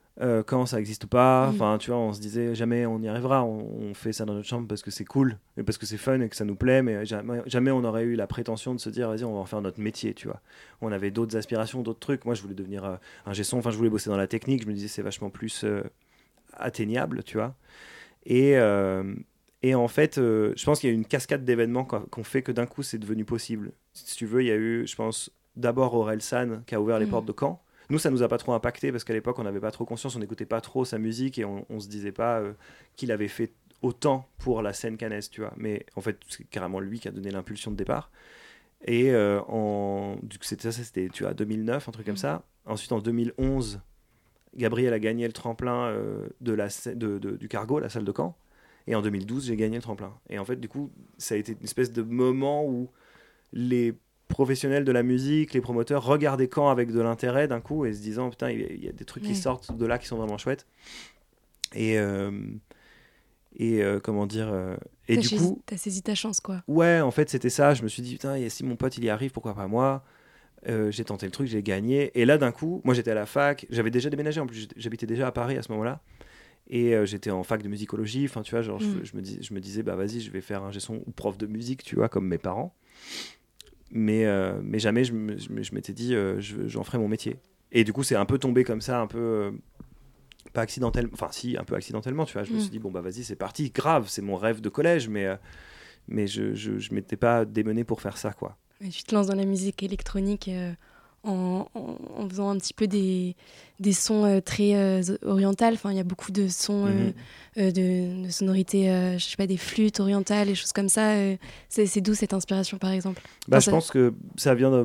ça n'existe pas. Enfin, tu vois, on se disait jamais on y arrivera. On fait ça dans notre chambre parce que c'est cool, et parce que c'est fun et que ça nous plaît, mais jamais on aurait eu la prétention de se dire vas-y, on va en faire notre métier, tu vois. On avait d'autres aspirations, d'autres trucs. Moi, je voulais devenir ingé son, enfin, je voulais bosser dans la technique. Je me disais c'est vachement plus atteignable, tu vois. Et en fait, je pense qu'il y a eu une cascade d'événements qu'on fait que d'un coup, c'est devenu possible. Si tu veux, il y a eu, je pense, d'abord Orelsan qui a ouvert les portes de Caen. Nous, ça nous a pas trop impacté parce qu'à l'époque, on n'avait pas trop conscience, on n'écoutait pas trop sa musique et on se disait pas qu'il avait fait autant pour la scène caennaise, tu vois. Mais en fait, c'est carrément lui qui a donné l'impulsion de départ. Et c'était, tu vois, 2009, un truc comme ça. Ensuite, en 2011, Gabriel a gagné le tremplin du Cargo, la salle de Caen. Et en 2012, j'ai gagné le tremplin. Et en fait, du coup, ça a été une espèce de moment où les professionnels de la musique, les promoteurs regardaient Caen avec de l'intérêt d'un coup et se disant putain, il y a des trucs qui sortent de là qui sont vraiment chouettes. Et comment dire et du coup t'as saisi ta chance, quoi. Ouais, en fait c'était ça. Je me suis dit putain, si mon pote il y arrive, pourquoi pas moi. J'ai tenté le truc, j'ai gagné. Et là d'un coup, moi j'étais à la fac, j'avais déjà déménagé, en plus j'habitais déjà à Paris à ce moment-là. Et j'étais en fac de musicologie, enfin tu vois, genre je me disais bah vas-y, je vais faire ingé son ou prof de musique, tu vois, comme mes parents. Mais jamais je m'étais dit j'en ferais mon métier. Et du coup c'est un peu tombé comme ça, un peu pas accidentellement, enfin si, un peu accidentellement, tu vois. Je me suis dit bon bah vas-y, c'est parti, grave, c'est mon rêve de collège, mais je m'étais pas démené pour faire ça, quoi. Et tu te lances dans la musique électronique en faisant un petit peu des sons très orientales. Enfin, il y a beaucoup de sons de sonorités, je sais pas, des flûtes orientales, des choses comme ça. C'est d'où cette inspiration, par exemple? Je pense que ça vient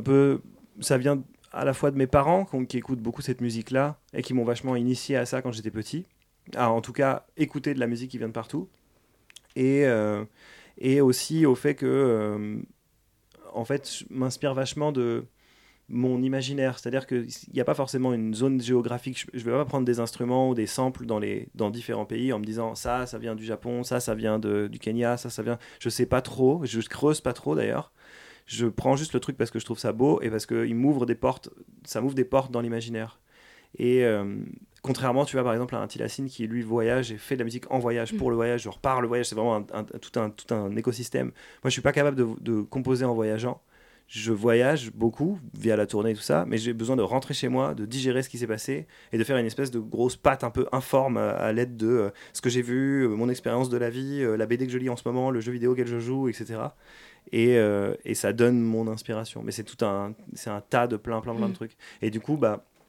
à la fois de mes parents qui écoutent beaucoup cette musique-là et qui m'ont vachement initié à ça quand j'étais petit. En tout cas, écouter de la musique qui vient de partout. Et aussi au fait que, en fait, je m'inspire vachement de mon imaginaire, c'est-à-dire qu'il n'y a pas forcément une zone géographique. Je ne vais pas prendre des instruments ou des samples dans différents pays en me disant ça vient du Japon, ça vient du Kenya, ça vient... Je sais pas trop, je creuse pas trop d'ailleurs. Je prends juste le truc parce que je trouve ça beau et parce qu'il m'ouvre des portes, ça m'ouvre des portes dans l'imaginaire. Et contrairement, tu vois, par exemple, à un Tilassine qui, lui, voyage et fait de la musique en voyage, pour le voyage, genre par le voyage, c'est vraiment tout un écosystème. Moi, je ne suis pas capable de composer en voyageant. Je voyage beaucoup via la tournée et tout ça, mais j'ai besoin de rentrer chez moi, de digérer ce qui s'est passé et de faire une espèce de grosse pâte un peu informe à l'aide de ce que j'ai vu, mon expérience de la vie, la BD que je lis en ce moment, le jeu vidéo auquel je joue, etc. Et ça donne mon inspiration. Mais c'est un tas de plein de trucs. Et du coup,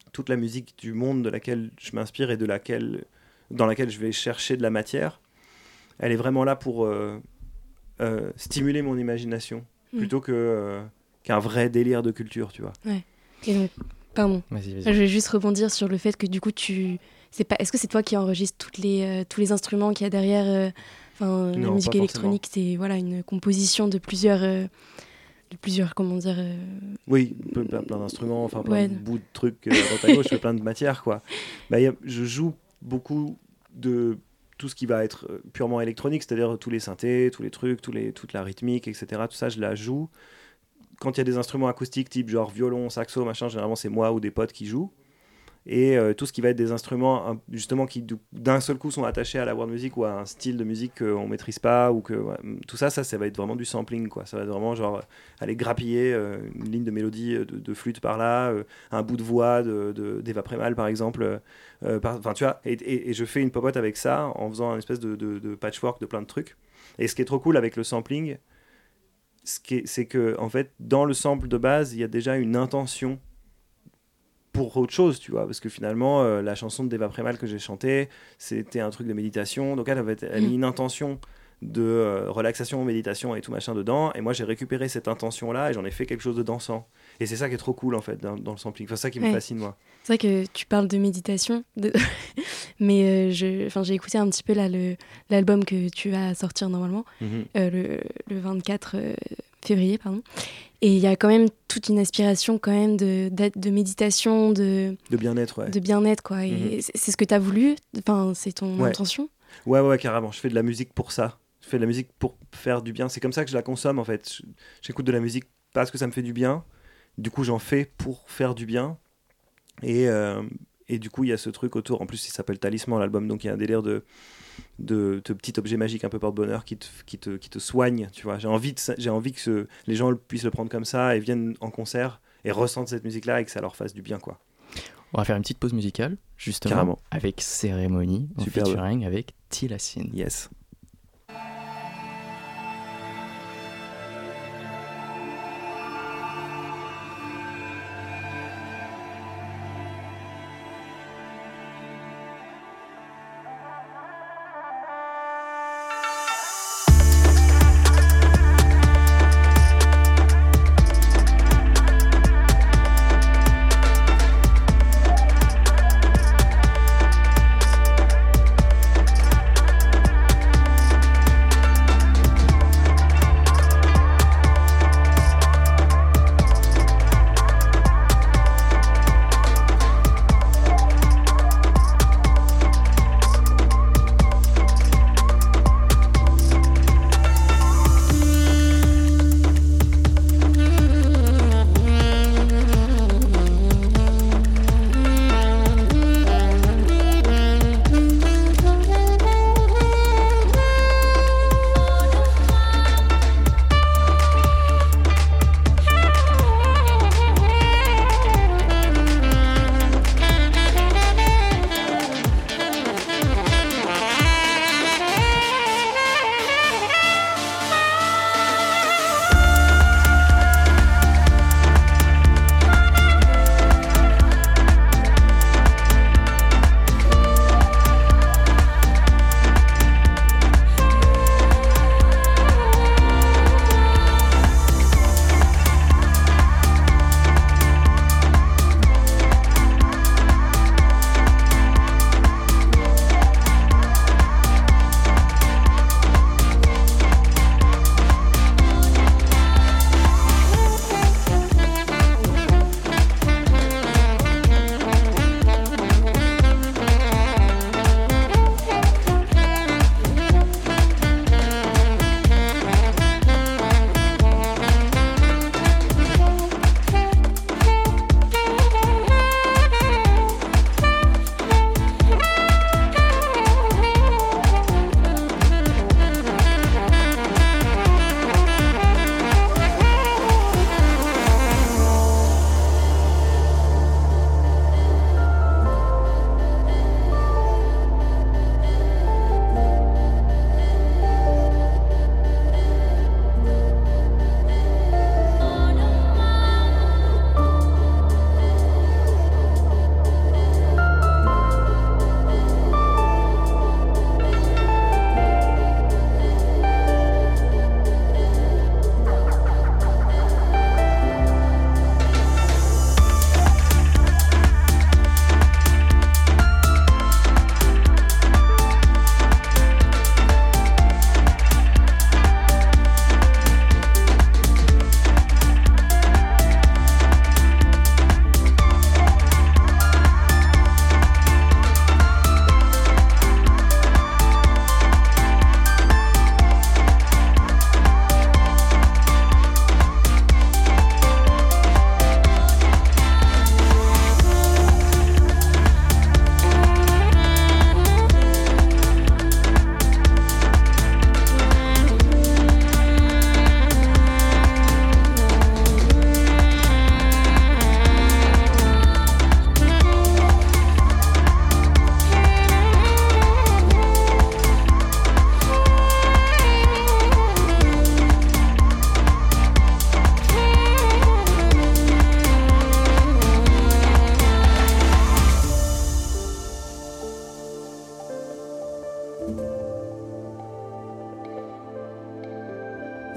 toute la musique du monde de laquelle je m'inspire et dans laquelle je vais chercher de la matière, elle est vraiment là pour stimuler mon imagination plutôt qu'un vrai délire de culture, tu vois. Ouais. Et pardon. Vas-y. Je vais juste rebondir sur le fait que du coup, est-ce que c'est toi qui enregistres tous les instruments qu'il y a derrière la musique électronique, c'est une composition de plusieurs comment dire Oui, plein d'instruments, plein de bouts de trucs à droite à gauche, je fais plein de matières, quoi. Je joue beaucoup de tout ce qui va être purement électronique, c'est-à-dire tous les synthés, tous les trucs, toute la rythmique, etc. Tout ça, je la joue. Quand il y a des instruments acoustiques type genre violon, saxo, machin, généralement c'est moi ou des potes qui jouent. Et tout ce qui va être des instruments justement qui d'un seul coup sont attachés à la world music ou à un style de musique qu'on maîtrise pas, ou tout ça va être vraiment du sampling, quoi. Ça va être vraiment genre aller grappiller une ligne de mélodie de flûte par là, un bout de voix d'Eva Premal par exemple, tu vois, et je fais une popote avec ça en faisant une espèce de patchwork de plein de trucs. Et ce qui est trop cool avec le sampling, c'est que en fait dans le sample de base il y a déjà une intention pour autre chose, tu vois, parce que finalement la chanson de Deva Premal que j'ai chantée, c'était un truc de méditation, donc elle a mis une intention de relaxation, méditation et tout machin dedans, et moi j'ai récupéré cette intention là et j'en ai fait quelque chose de dansant, et c'est ça qui est trop cool en fait dans le sampling, c'est ça qui me fascine moi. C'est vrai que tu parles de méditation mais j'ai écouté un petit peu là l'album que tu vas sortir normalement le 24 février, pardon. Et il y a quand même toute une aspiration quand même de méditation, de bien-être, ouais. De bien-être, quoi. Et c'est ce que tu as voulu, c'est ton intention. Ouais, carrément. Je fais de la musique pour ça. Je fais de la musique pour faire du bien. C'est comme ça que je la consomme, en fait. J'écoute de la musique parce que ça me fait du bien. Du coup, j'en fais pour faire du bien. Et du coup, il y a ce truc autour. En plus, il s'appelle Talisman, l'album. Donc, il y a un délire de petit objet magique un peu porte-bonheur qui te soigne, tu vois. J'ai envie que les gens puissent le prendre comme ça et viennent en concert et ressentent cette musique-là et que ça leur fasse du bien, quoi. On va faire une petite pause musicale, justement, carrément, avec Cérémonie, en featuring avec Tilassine. Yes.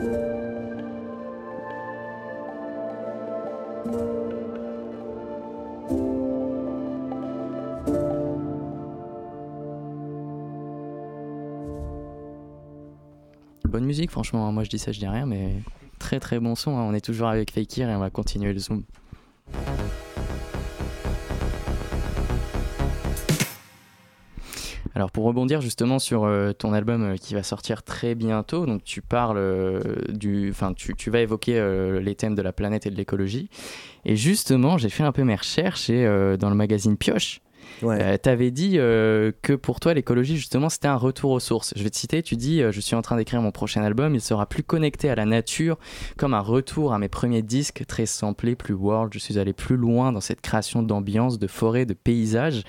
Bonne musique, franchement. Moi, je dis ça, je dis rien, mais très très bon son. On est toujours avec Fakir et on va continuer le zoom. Alors pour rebondir justement sur ton album qui va sortir très bientôt, donc tu parles tu vas évoquer les thèmes de la planète et de l'écologie. Et justement, j'ai fait un peu mes recherches et dans le magazine Pioche, t'avais dit que pour toi l'écologie justement c'était un retour aux sources. Je vais te citer, tu dis je suis en train d'écrire mon prochain album, il sera plus connecté à la nature, comme un retour à mes premiers disques, très samplés, plus world. Je suis allé plus loin dans cette création d'ambiance, de forêt, de paysages.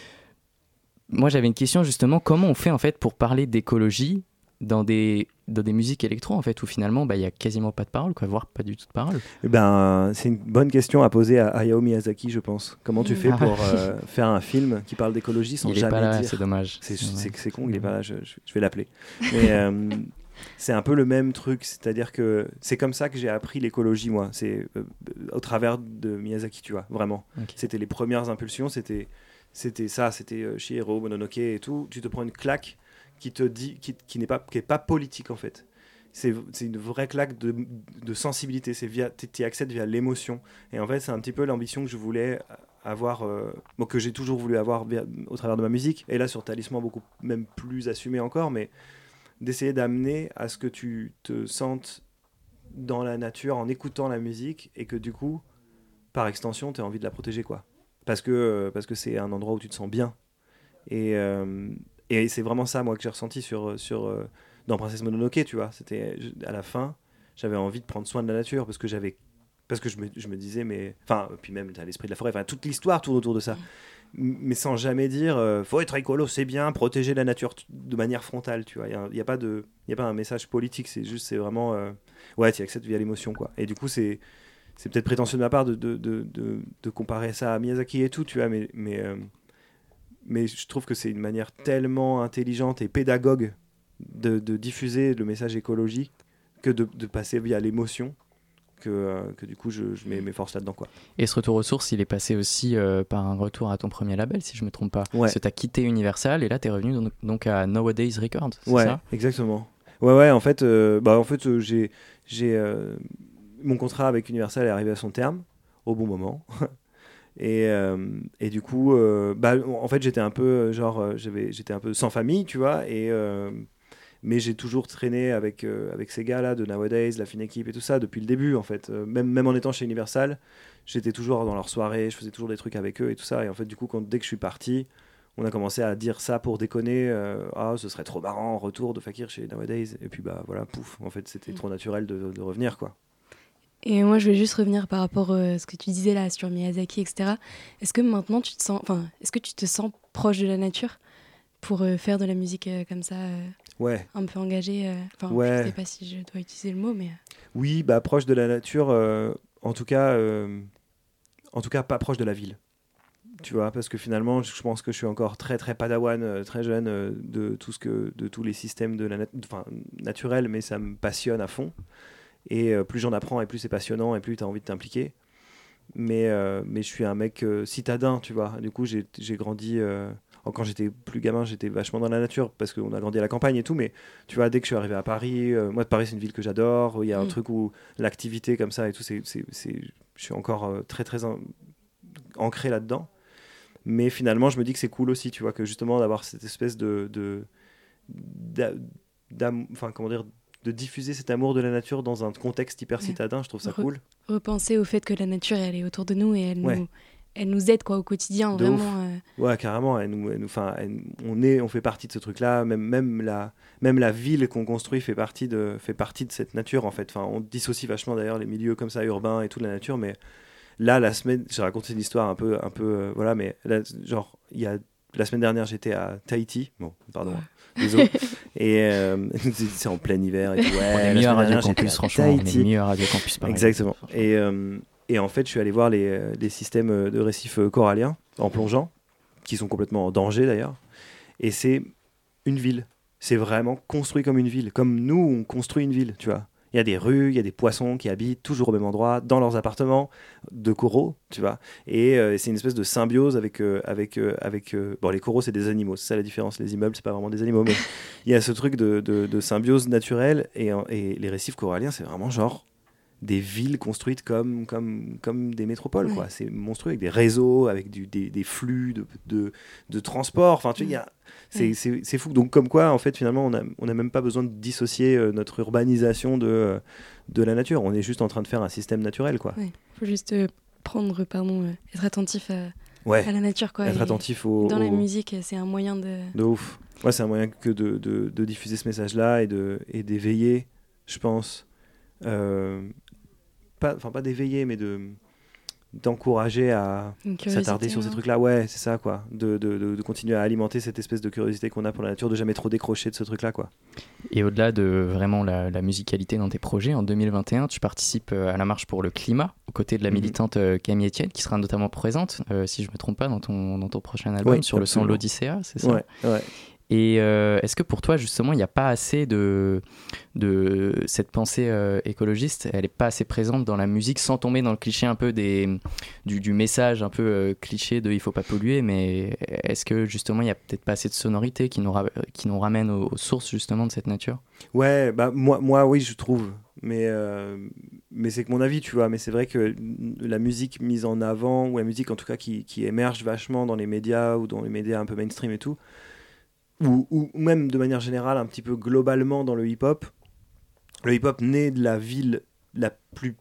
Moi j'avais une question justement, comment on fait en fait pour parler d'écologie dans des musiques électro en fait, où finalement il y a quasiment pas de paroles, voire pas du tout de paroles. C'est une bonne question à poser à Hayao Miyazaki, je pense. Comment tu fais pour faire un film qui parle d'écologie sans jamais pas là, dire. C'est dommage. C'est con, il est pas là, je vais l'appeler. Mais c'est un peu le même truc, c'est-à-dire que c'est comme ça que j'ai appris l'écologie, moi. C'est au travers de Miyazaki, tu vois, vraiment. Okay. C'était les premières impulsions, c'était Chihiro, Mononoke et tout. Tu te prends une claque qui te dit, qui n'est pas politique en fait. C'est une vraie claque de sensibilité. Tu accèdes via l'émotion. Et en fait, c'est un petit peu l'ambition que je voulais avoir, que j'ai toujours voulu avoir au travers de ma musique. Et là, sur Talisman, beaucoup même plus assumé encore, mais d'essayer d'amener à ce que tu te sentes dans la nature en écoutant la musique et que du coup, par extension, tu as envie de la protéger, quoi. Parce que c'est un endroit où tu te sens bien. Et c'est vraiment ça, moi, que j'ai ressenti dans Princesse Mononoke, tu vois. C'était à la fin, j'avais envie de prendre soin de la nature parce que je me disais, mais enfin, puis même t'as l'esprit de la forêt, enfin toute l'histoire tourne autour de ça, mais sans jamais dire faut être écolo, c'est bien, protéger la nature de manière frontale, tu vois. Il y a pas un message politique, c'est vraiment tu accèdes via l'émotion, quoi. Et du coup c'est peut-être prétentieux de ma part de comparer ça à Miyazaki et tout, tu vois, mais je trouve que c'est une manière tellement intelligente et pédagogue de diffuser le message écologique que de passer via l'émotion que du coup je mets mes forces là-dedans, quoi. Et ce retour aux sources, il est passé aussi par un retour à ton premier label, si je me trompe pas. Ouais. Parce que t'as quitté Universal et là t'es revenu donc à Nowadays Records, c'est ça ? Exactement. Ouais, en fait j'ai mon contrat avec Universal est arrivé à son terme au bon moment. Et du coup en fait j'étais un peu j'étais un peu sans famille, tu vois, mais j'ai toujours traîné avec ces gars là de Nowadays, la fine équipe et tout ça depuis le début, en fait. Même en étant chez Universal, j'étais toujours dans leurs soirées, je faisais toujours des trucs avec eux et tout ça, et en fait du coup dès que je suis parti, on a commencé à dire ça pour déconner, ce serait trop marrant, retour de Fakir chez Nowadays, et puis bah pouf, en fait c'était trop naturel de revenir, quoi. Et moi, je voulais juste revenir par rapport à ce que tu disais là sur Miyazaki, etc. Est-ce que maintenant, est-ce que tu te sens proche de la nature pour faire de la musique comme ça, un peu engagée Je sais pas si je dois utiliser le mot, mais... Oui, proche de la nature, en tout cas pas proche de la ville. Tu vois, parce que finalement, je pense que je suis encore très très padawan, très jeune de tous les systèmes naturels, mais ça me passionne à fond. Et plus j'en apprends et plus c'est passionnant et plus tu as envie de t'impliquer, mais je suis un mec citadin, tu vois. Du coup j'ai grandi quand j'étais plus gamin, j'étais vachement dans la nature parce qu'on a grandi à la campagne et tout, mais tu vois, dès que je suis arrivé à Paris, moi Paris c'est une ville que j'adore, il y a un truc où l'activité comme ça et tout, je suis encore très très ancré là-dedans, mais finalement je me dis que c'est cool aussi, tu vois, que justement d'avoir cette espèce de diffuser cet amour de la nature dans un contexte hyper citadin, je trouve ça cool. Repenser au fait que la nature, elle est autour de nous et elle nous aide, quoi, au quotidien, de vraiment. Ouais, carrément. On fait partie de ce truc-là. Même la ville qu'on construit fait partie de cette nature, en fait. Enfin, on dissocie vachement d'ailleurs les milieux comme ça, urbains et toute la nature. Mais là, la semaine, j'ai raconté une histoire un peu voilà, mais là, genre, la semaine dernière, j'étais à Tahiti. Bon, pardon. Ouais. Désolé. Et c'est en plein hiver. Et tout. On est meilleur Radio Campus, franchement. On est meilleur Radio Campus, pareil. Exactement. Et en fait, je suis allé voir les systèmes de récifs coralliens en plongeant, qui sont complètement en danger d'ailleurs. Et c'est une ville. C'est vraiment construit comme une ville. Comme nous, on construit une ville, tu vois. Il y a des rues, il y a des poissons qui habitent toujours au même endroit, dans leurs appartements de coraux, tu vois. Et c'est une espèce de symbiose avec bon, les coraux, c'est des animaux, c'est ça la différence. Les immeubles, c'est pas vraiment des animaux, mais il y a ce truc de symbiose naturelle. Et les récifs coralliens, c'est vraiment genre des villes construites comme des métropoles, quoi. C'est monstrueux, avec des réseaux, avec des flux de transport. Enfin, tu vois, c'est fou. Donc, comme quoi, en fait, finalement, on n'a même pas besoin de dissocier notre urbanisation de la nature. On est juste en train de faire un système naturel, quoi. Il faut juste être attentif à la nature, quoi. Être attentif dans la musique, c'est un moyen de ouf. Ouais, c'est un moyen que de diffuser ce message-là et d'éveiller, je pense. Pas d'éveiller, mais d'encourager à s'attarder sur ces trucs-là. Ouais, c'est ça, quoi. De continuer à alimenter cette espèce de curiosité qu'on a pour la nature, de jamais trop décrocher de ce truc-là, quoi. Et au-delà de vraiment la musicalité dans tes projets, en 2021, tu participes à la marche pour le climat, aux côtés de la militante Camille Etienne, qui sera notamment présente, si je ne me trompe pas, dans ton prochain album, sur le son L'Odyssée, c'est ça? Ouais. Et est-ce que pour toi, justement, il n'y a pas assez de cette pensée écologiste, elle n'est pas assez présente dans la musique, sans tomber dans le cliché un peu du message un peu cliché de « il ne faut pas polluer », mais est-ce que, justement, il n'y a peut-être pas assez de sonorité qui nous ramène aux sources, justement, de cette nature? Ouais, bah moi oui, je trouve. Mais c'est que mon avis, tu vois. Mais c'est vrai que la musique mise en avant, ou la musique, en tout cas, qui émerge vachement dans les médias, ou dans les médias un peu mainstream et tout, ou même de manière générale, un petit peu globalement dans le hip-hop. Le hip-hop naît de la ville la plus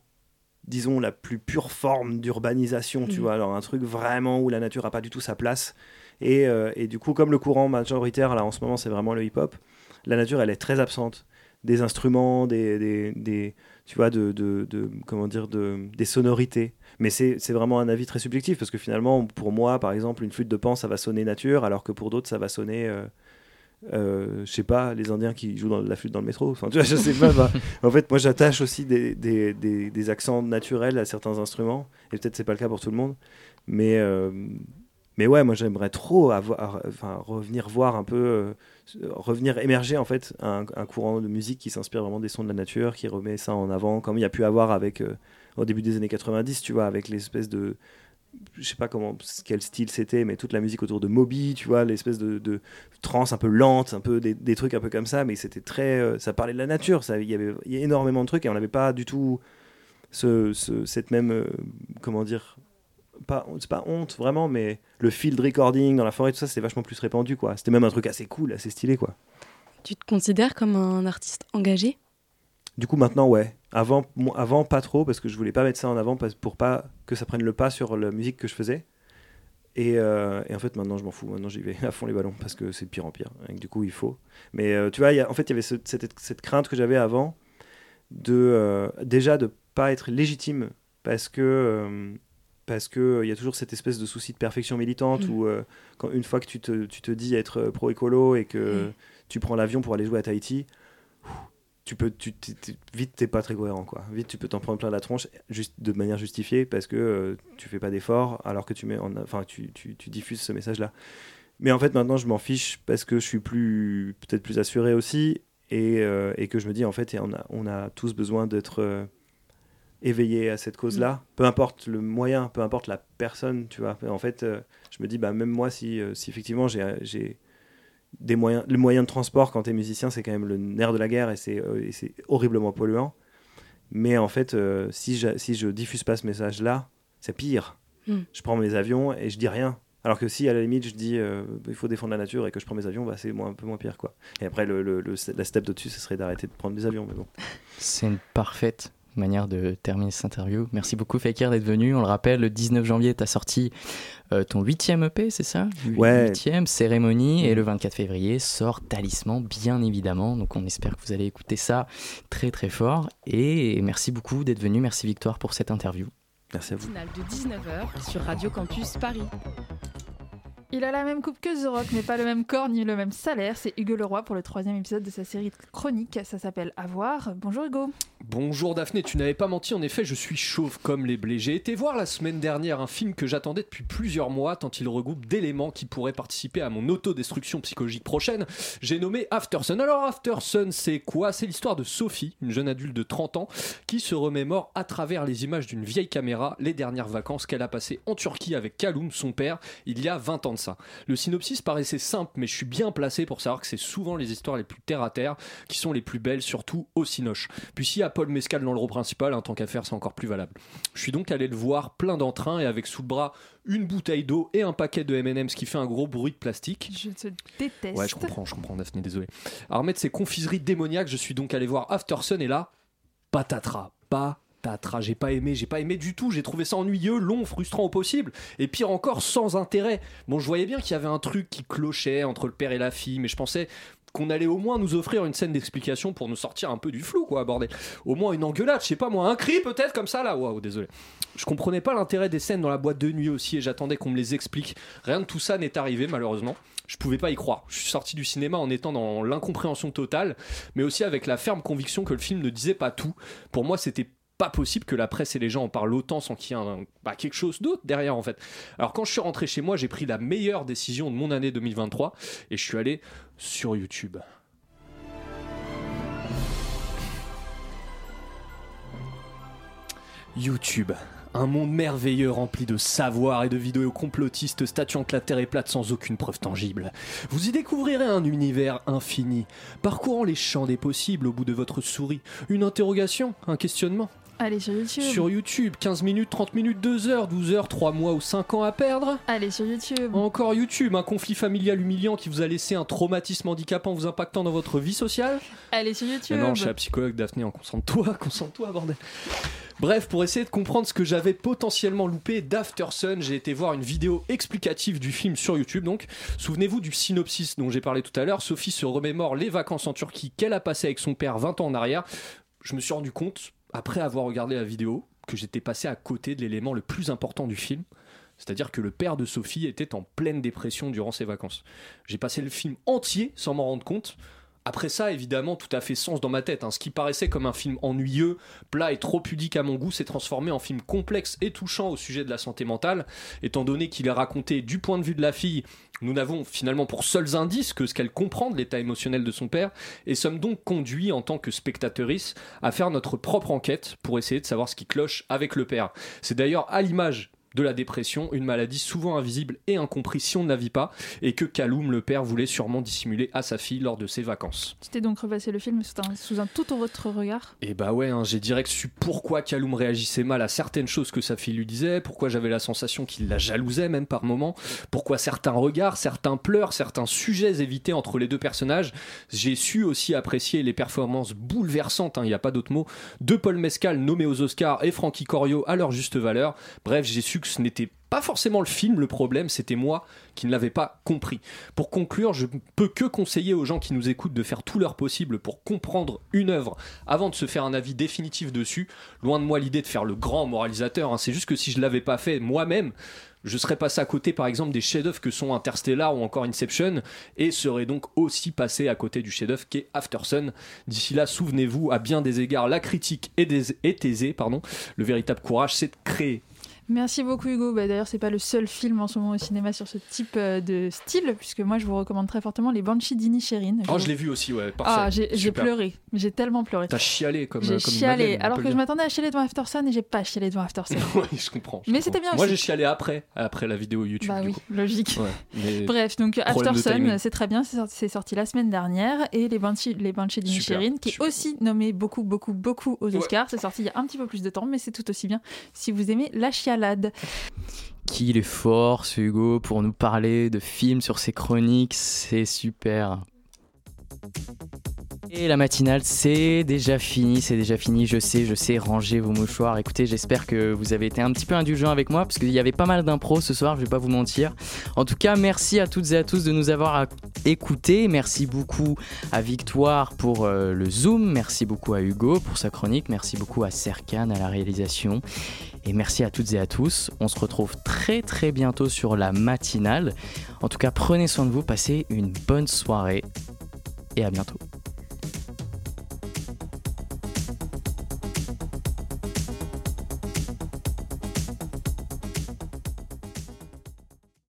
pure forme d'urbanisation, tu vois. Alors un truc vraiment où la nature n'a pas du tout sa place. Et du coup, comme le courant majoritaire, là, en ce moment, c'est vraiment le hip-hop, la nature, elle est très absente. Des instruments, tu vois, des sonorités. Mais c'est vraiment un avis très subjectif, parce que finalement, pour moi, par exemple, une flûte de Pan, ça va sonner nature, alors que pour d'autres, ça va sonner, je sais pas, les Indiens qui jouent la flûte dans le métro. Enfin, tu vois, je sais pas. Bah, en fait, moi, j'attache aussi des accents naturels à certains instruments, et peut-être c'est pas le cas pour tout le monde. Mais ouais, moi, j'aimerais trop revenir voir un peu, revenir émerger en fait un courant de musique qui s'inspire vraiment des sons de la nature, qui remet ça en avant, comme il y a pu avoir avec au début des années 90, tu vois, avec l'espèce de, je sais pas quel style c'était, mais toute la musique autour de Moby, tu vois, l'espèce de trance un peu lente, un peu des trucs un peu comme ça, mais c'était très, ça parlait de la nature, il y a énormément de trucs, et on n'avait pas du tout cette même, comment dire, c'est pas honte vraiment, mais le field recording dans la forêt, tout ça, c'était vachement plus répandu, quoi. C'était même un truc assez cool, assez stylé, quoi. Tu te considères comme un artiste engagé ? Du coup, maintenant, ouais. Avant, pas trop, parce que je voulais pas mettre ça en avant pour pas que ça prenne le pas sur la musique que je faisais. Et en fait, maintenant, je m'en fous. Maintenant, j'y vais à fond les ballons, parce que c'est de pire en pire. Et du coup, il faut. Mais tu vois, en fait, il y avait cette crainte que j'avais avant déjà de pas être légitime, parce que il y a toujours cette espèce de souci de perfection militante où une fois que tu te dis être pro-écolo et que tu prends l'avion pour aller jouer à Tahiti, vite t'es pas très cohérent, quoi. Vite tu peux t'en prendre plein la tronche juste de manière justifiée, parce que tu fais pas d'efforts alors que tu diffuses ce message-là. Mais en fait maintenant je m'en fiche, parce que je suis peut-être plus assuré aussi, et que je me dis en fait on a tous besoin d'être éveillé à cette cause-là, peu importe le moyen, peu importe la personne, tu vois. En fait, je me dis, bah, même moi, si effectivement j'ai des moyens, le moyen de transport quand t'es musicien, c'est quand même le nerf de la guerre, et c'est horriblement polluant. Mais en fait, si je diffuse pas ce message-là, c'est pire. Je prends mes avions et je dis rien. Alors que si, à la limite, je dis il faut défendre la nature et que je prends mes avions, bah, c'est un peu moins pire, quoi. Et après, la step de-dessus, ce serait d'arrêter de prendre des avions, mais bon. C'est une parfaite manière de terminer cette interview. Merci beaucoup Fekir d'être venu. On le rappelle, le 19 janvier, tu as sorti ton 8e EP, c'est ça ? Ouais. 8e, Cérémonie, et le 24 février sort Talisman, bien évidemment. Donc on espère que vous allez écouter ça très très fort. Et merci beaucoup d'être venu. Merci Victoire pour cette interview. Merci à vous. Finale de 19h sur Radio Campus Paris. Il a la même coupe que The Rock, mais pas le même corps ni le même salaire. C'est Hugo Leroy pour le 3e épisode de sa série chronique. Ça s'appelle À voir. Bonjour Hugo. Bonjour Daphné, tu n'avais pas menti, en effet je suis chauve comme les blés. J'ai été voir la semaine dernière un film que j'attendais depuis plusieurs mois tant il regroupe d'éléments qui pourraient participer à mon autodestruction psychologique prochaine. J'ai nommé Aftersun. Alors Aftersun c'est quoi ? C'est l'histoire de Sophie, une jeune adulte de 30 ans qui se remémore à travers les images d'une vieille caméra les dernières vacances qu'elle a passées en Turquie avec Kaloum, son père, il y a 20 ans de ça. Le synopsis paraissait simple mais je suis bien placé pour savoir que c'est souvent les histoires les plus terre à terre qui sont les plus belles, surtout au cinoche. Puis s'il y a Paul Mescal dans le rôle principal, tant qu'à faire c'est encore plus valable. Je suis donc allé le voir plein d'entrain et avec sous le bras une bouteille d'eau et un paquet de M&M's qui fait un gros bruit de plastique. Je te déteste. Ouais, je comprends Daphné, désolé. Alors mettre ces confiseries démoniaques, je suis donc allé voir Aftersun et là, patatras, j'ai pas aimé du tout, j'ai trouvé ça ennuyeux, long, frustrant au possible, et pire encore, sans intérêt. Bon, je voyais bien qu'il y avait un truc qui clochait entre le père et la fille, mais je pensais qu'on allait au moins nous offrir une scène d'explication pour nous sortir un peu du flou, quoi, bordel. Au moins une engueulade, je sais pas moi, un cri peut-être, comme ça là, waouh, désolé. Je comprenais pas l'intérêt des scènes dans la boîte de nuit aussi, et j'attendais qu'on me les explique. Rien de tout ça n'est arrivé, malheureusement. Je pouvais pas y croire. Je suis sorti du cinéma en étant dans l'incompréhension totale, mais aussi avec la ferme conviction que le film ne disait pas tout. Pour moi, c'était pas possible que la presse et les gens en parlent autant sans qu'il y ait quelque chose d'autre derrière en fait. Alors quand je suis rentré chez moi, j'ai pris la meilleure décision de mon année 2023 et je suis allé sur YouTube. YouTube, un monde merveilleux rempli de savoir et de vidéos complotistes statuant que la Terre est plate sans aucune preuve tangible. Vous y découvrirez un univers infini, parcourant les champs des possibles au bout de votre souris. Une interrogation, un questionnement. Allez sur YouTube. Sur YouTube, 15 minutes, 30 minutes, 2 heures, 12 heures, 3 mois ou 5 ans à perdre. Allez sur YouTube. Encore YouTube, un conflit familial humiliant qui vous a laissé un traumatisme handicapant vous impactant dans votre vie sociale. Allez sur YouTube. Mais non, je suis la psychologue Daphné, concentre-toi, bordel. Bref, pour essayer de comprendre ce que j'avais potentiellement loupé d'Aftersun, j'ai été voir une vidéo explicative du film sur YouTube. Donc, souvenez-vous du synopsis dont j'ai parlé tout à l'heure. Sophie se remémore les vacances en Turquie qu'elle a passées avec son père 20 ans en arrière. Je me suis rendu compte, après avoir regardé la vidéo, que j'étais passé à côté de l'élément le plus important du film. C'est-à-dire que le père de Sophie était en pleine dépression durant ses vacances. J'ai passé le film entier sans m'en rendre compte. Après ça, évidemment, tout a fait sens dans ma tête. Ce qui paraissait comme un film ennuyeux, plat et trop pudique à mon goût, s'est transformé en film complexe et touchant au sujet de la santé mentale. Étant donné qu'il est raconté du point de vue de la fille, nous n'avons finalement pour seuls indices que ce qu'elle comprend de l'état émotionnel de son père, et sommes donc conduits en tant que spectatrices à faire notre propre enquête pour essayer de savoir ce qui cloche avec le père. C'est d'ailleurs à l'image de la dépression, une maladie souvent invisible et incomprise si on ne la vit pas, et que Kaloum, le père, voulait sûrement dissimuler à sa fille lors de ses vacances. Tu t'es donc repassé le film sous un tout autre regard ? Et bah ouais, j'ai direct su pourquoi Kaloum réagissait mal à certaines choses que sa fille lui disait, pourquoi j'avais la sensation qu'il la jalousait même par moments, pourquoi certains regards, certains pleurs, certains sujets évités entre les deux personnages. J'ai su aussi apprécier les performances bouleversantes, il n'y a pas d'autre mot, de Paul Mescal nommé aux Oscars et Francky Corio à leur juste valeur. Bref, j'ai su que ce n'était pas forcément le film le problème, c'était moi qui ne l'avais pas compris. Pour conclure, je ne peux que conseiller aux gens qui nous écoutent de faire tout leur possible pour comprendre une œuvre avant de se faire un avis définitif dessus. Loin de moi l'idée de faire le grand moralisateur, c'est juste que si je ne l'avais pas fait moi-même, je serais passé à côté par exemple des chefs-d'œuvre que sont Interstellar ou encore Inception, et serais donc aussi passé à côté du chef-d'œuvre qu'est Aftersun. D'ici là, souvenez-vous, à bien des égards, la critique est aisée, le véritable courage c'est de créer. Merci beaucoup Hugo. D'ailleurs, c'est pas le seul film en ce moment au cinéma sur ce type de style, puisque moi je vous recommande très fortement Les Banshees d'Inisherin. Je l'ai vu aussi, ouais, parfait. J'ai pleuré, j'ai tellement pleuré. T'as chialé comme chialé, Madeleine, alors que je m'attendais à chialer devant Aftersun et j'ai pas chialé devant Aftersun. Oui, je comprends. Mais c'était bien aussi. Moi j'ai chialé après la vidéo YouTube. Bah oui, logique. Ouais, bref, donc Aftersun, c'est très bien, c'est sorti la semaine dernière, et Les Banshees d'Inisherin, qui est aussi nommé beaucoup aux Oscars. C'est sorti il y a un petit peu plus de temps, mais c'est tout aussi bien si vous aimez la chialade. Qu'il est fort, ce Hugo, pour nous parler de films sur ses chroniques, c'est super. Et la matinale, c'est déjà fini, je sais, rangez vos mouchoirs. Écoutez, j'espère que vous avez été un petit peu indulgents avec moi, parce qu'il y avait pas mal d'impro ce soir, je vais pas vous mentir. En tout cas, merci à toutes et à tous de nous avoir écouté. Merci beaucoup à Victoire pour le Zoom. Merci beaucoup à Hugo pour sa chronique. Merci beaucoup à Serkan à la réalisation. Et merci à toutes et à tous. On se retrouve très très bientôt sur la matinale. En tout cas, prenez soin de vous, passez une bonne soirée et à bientôt.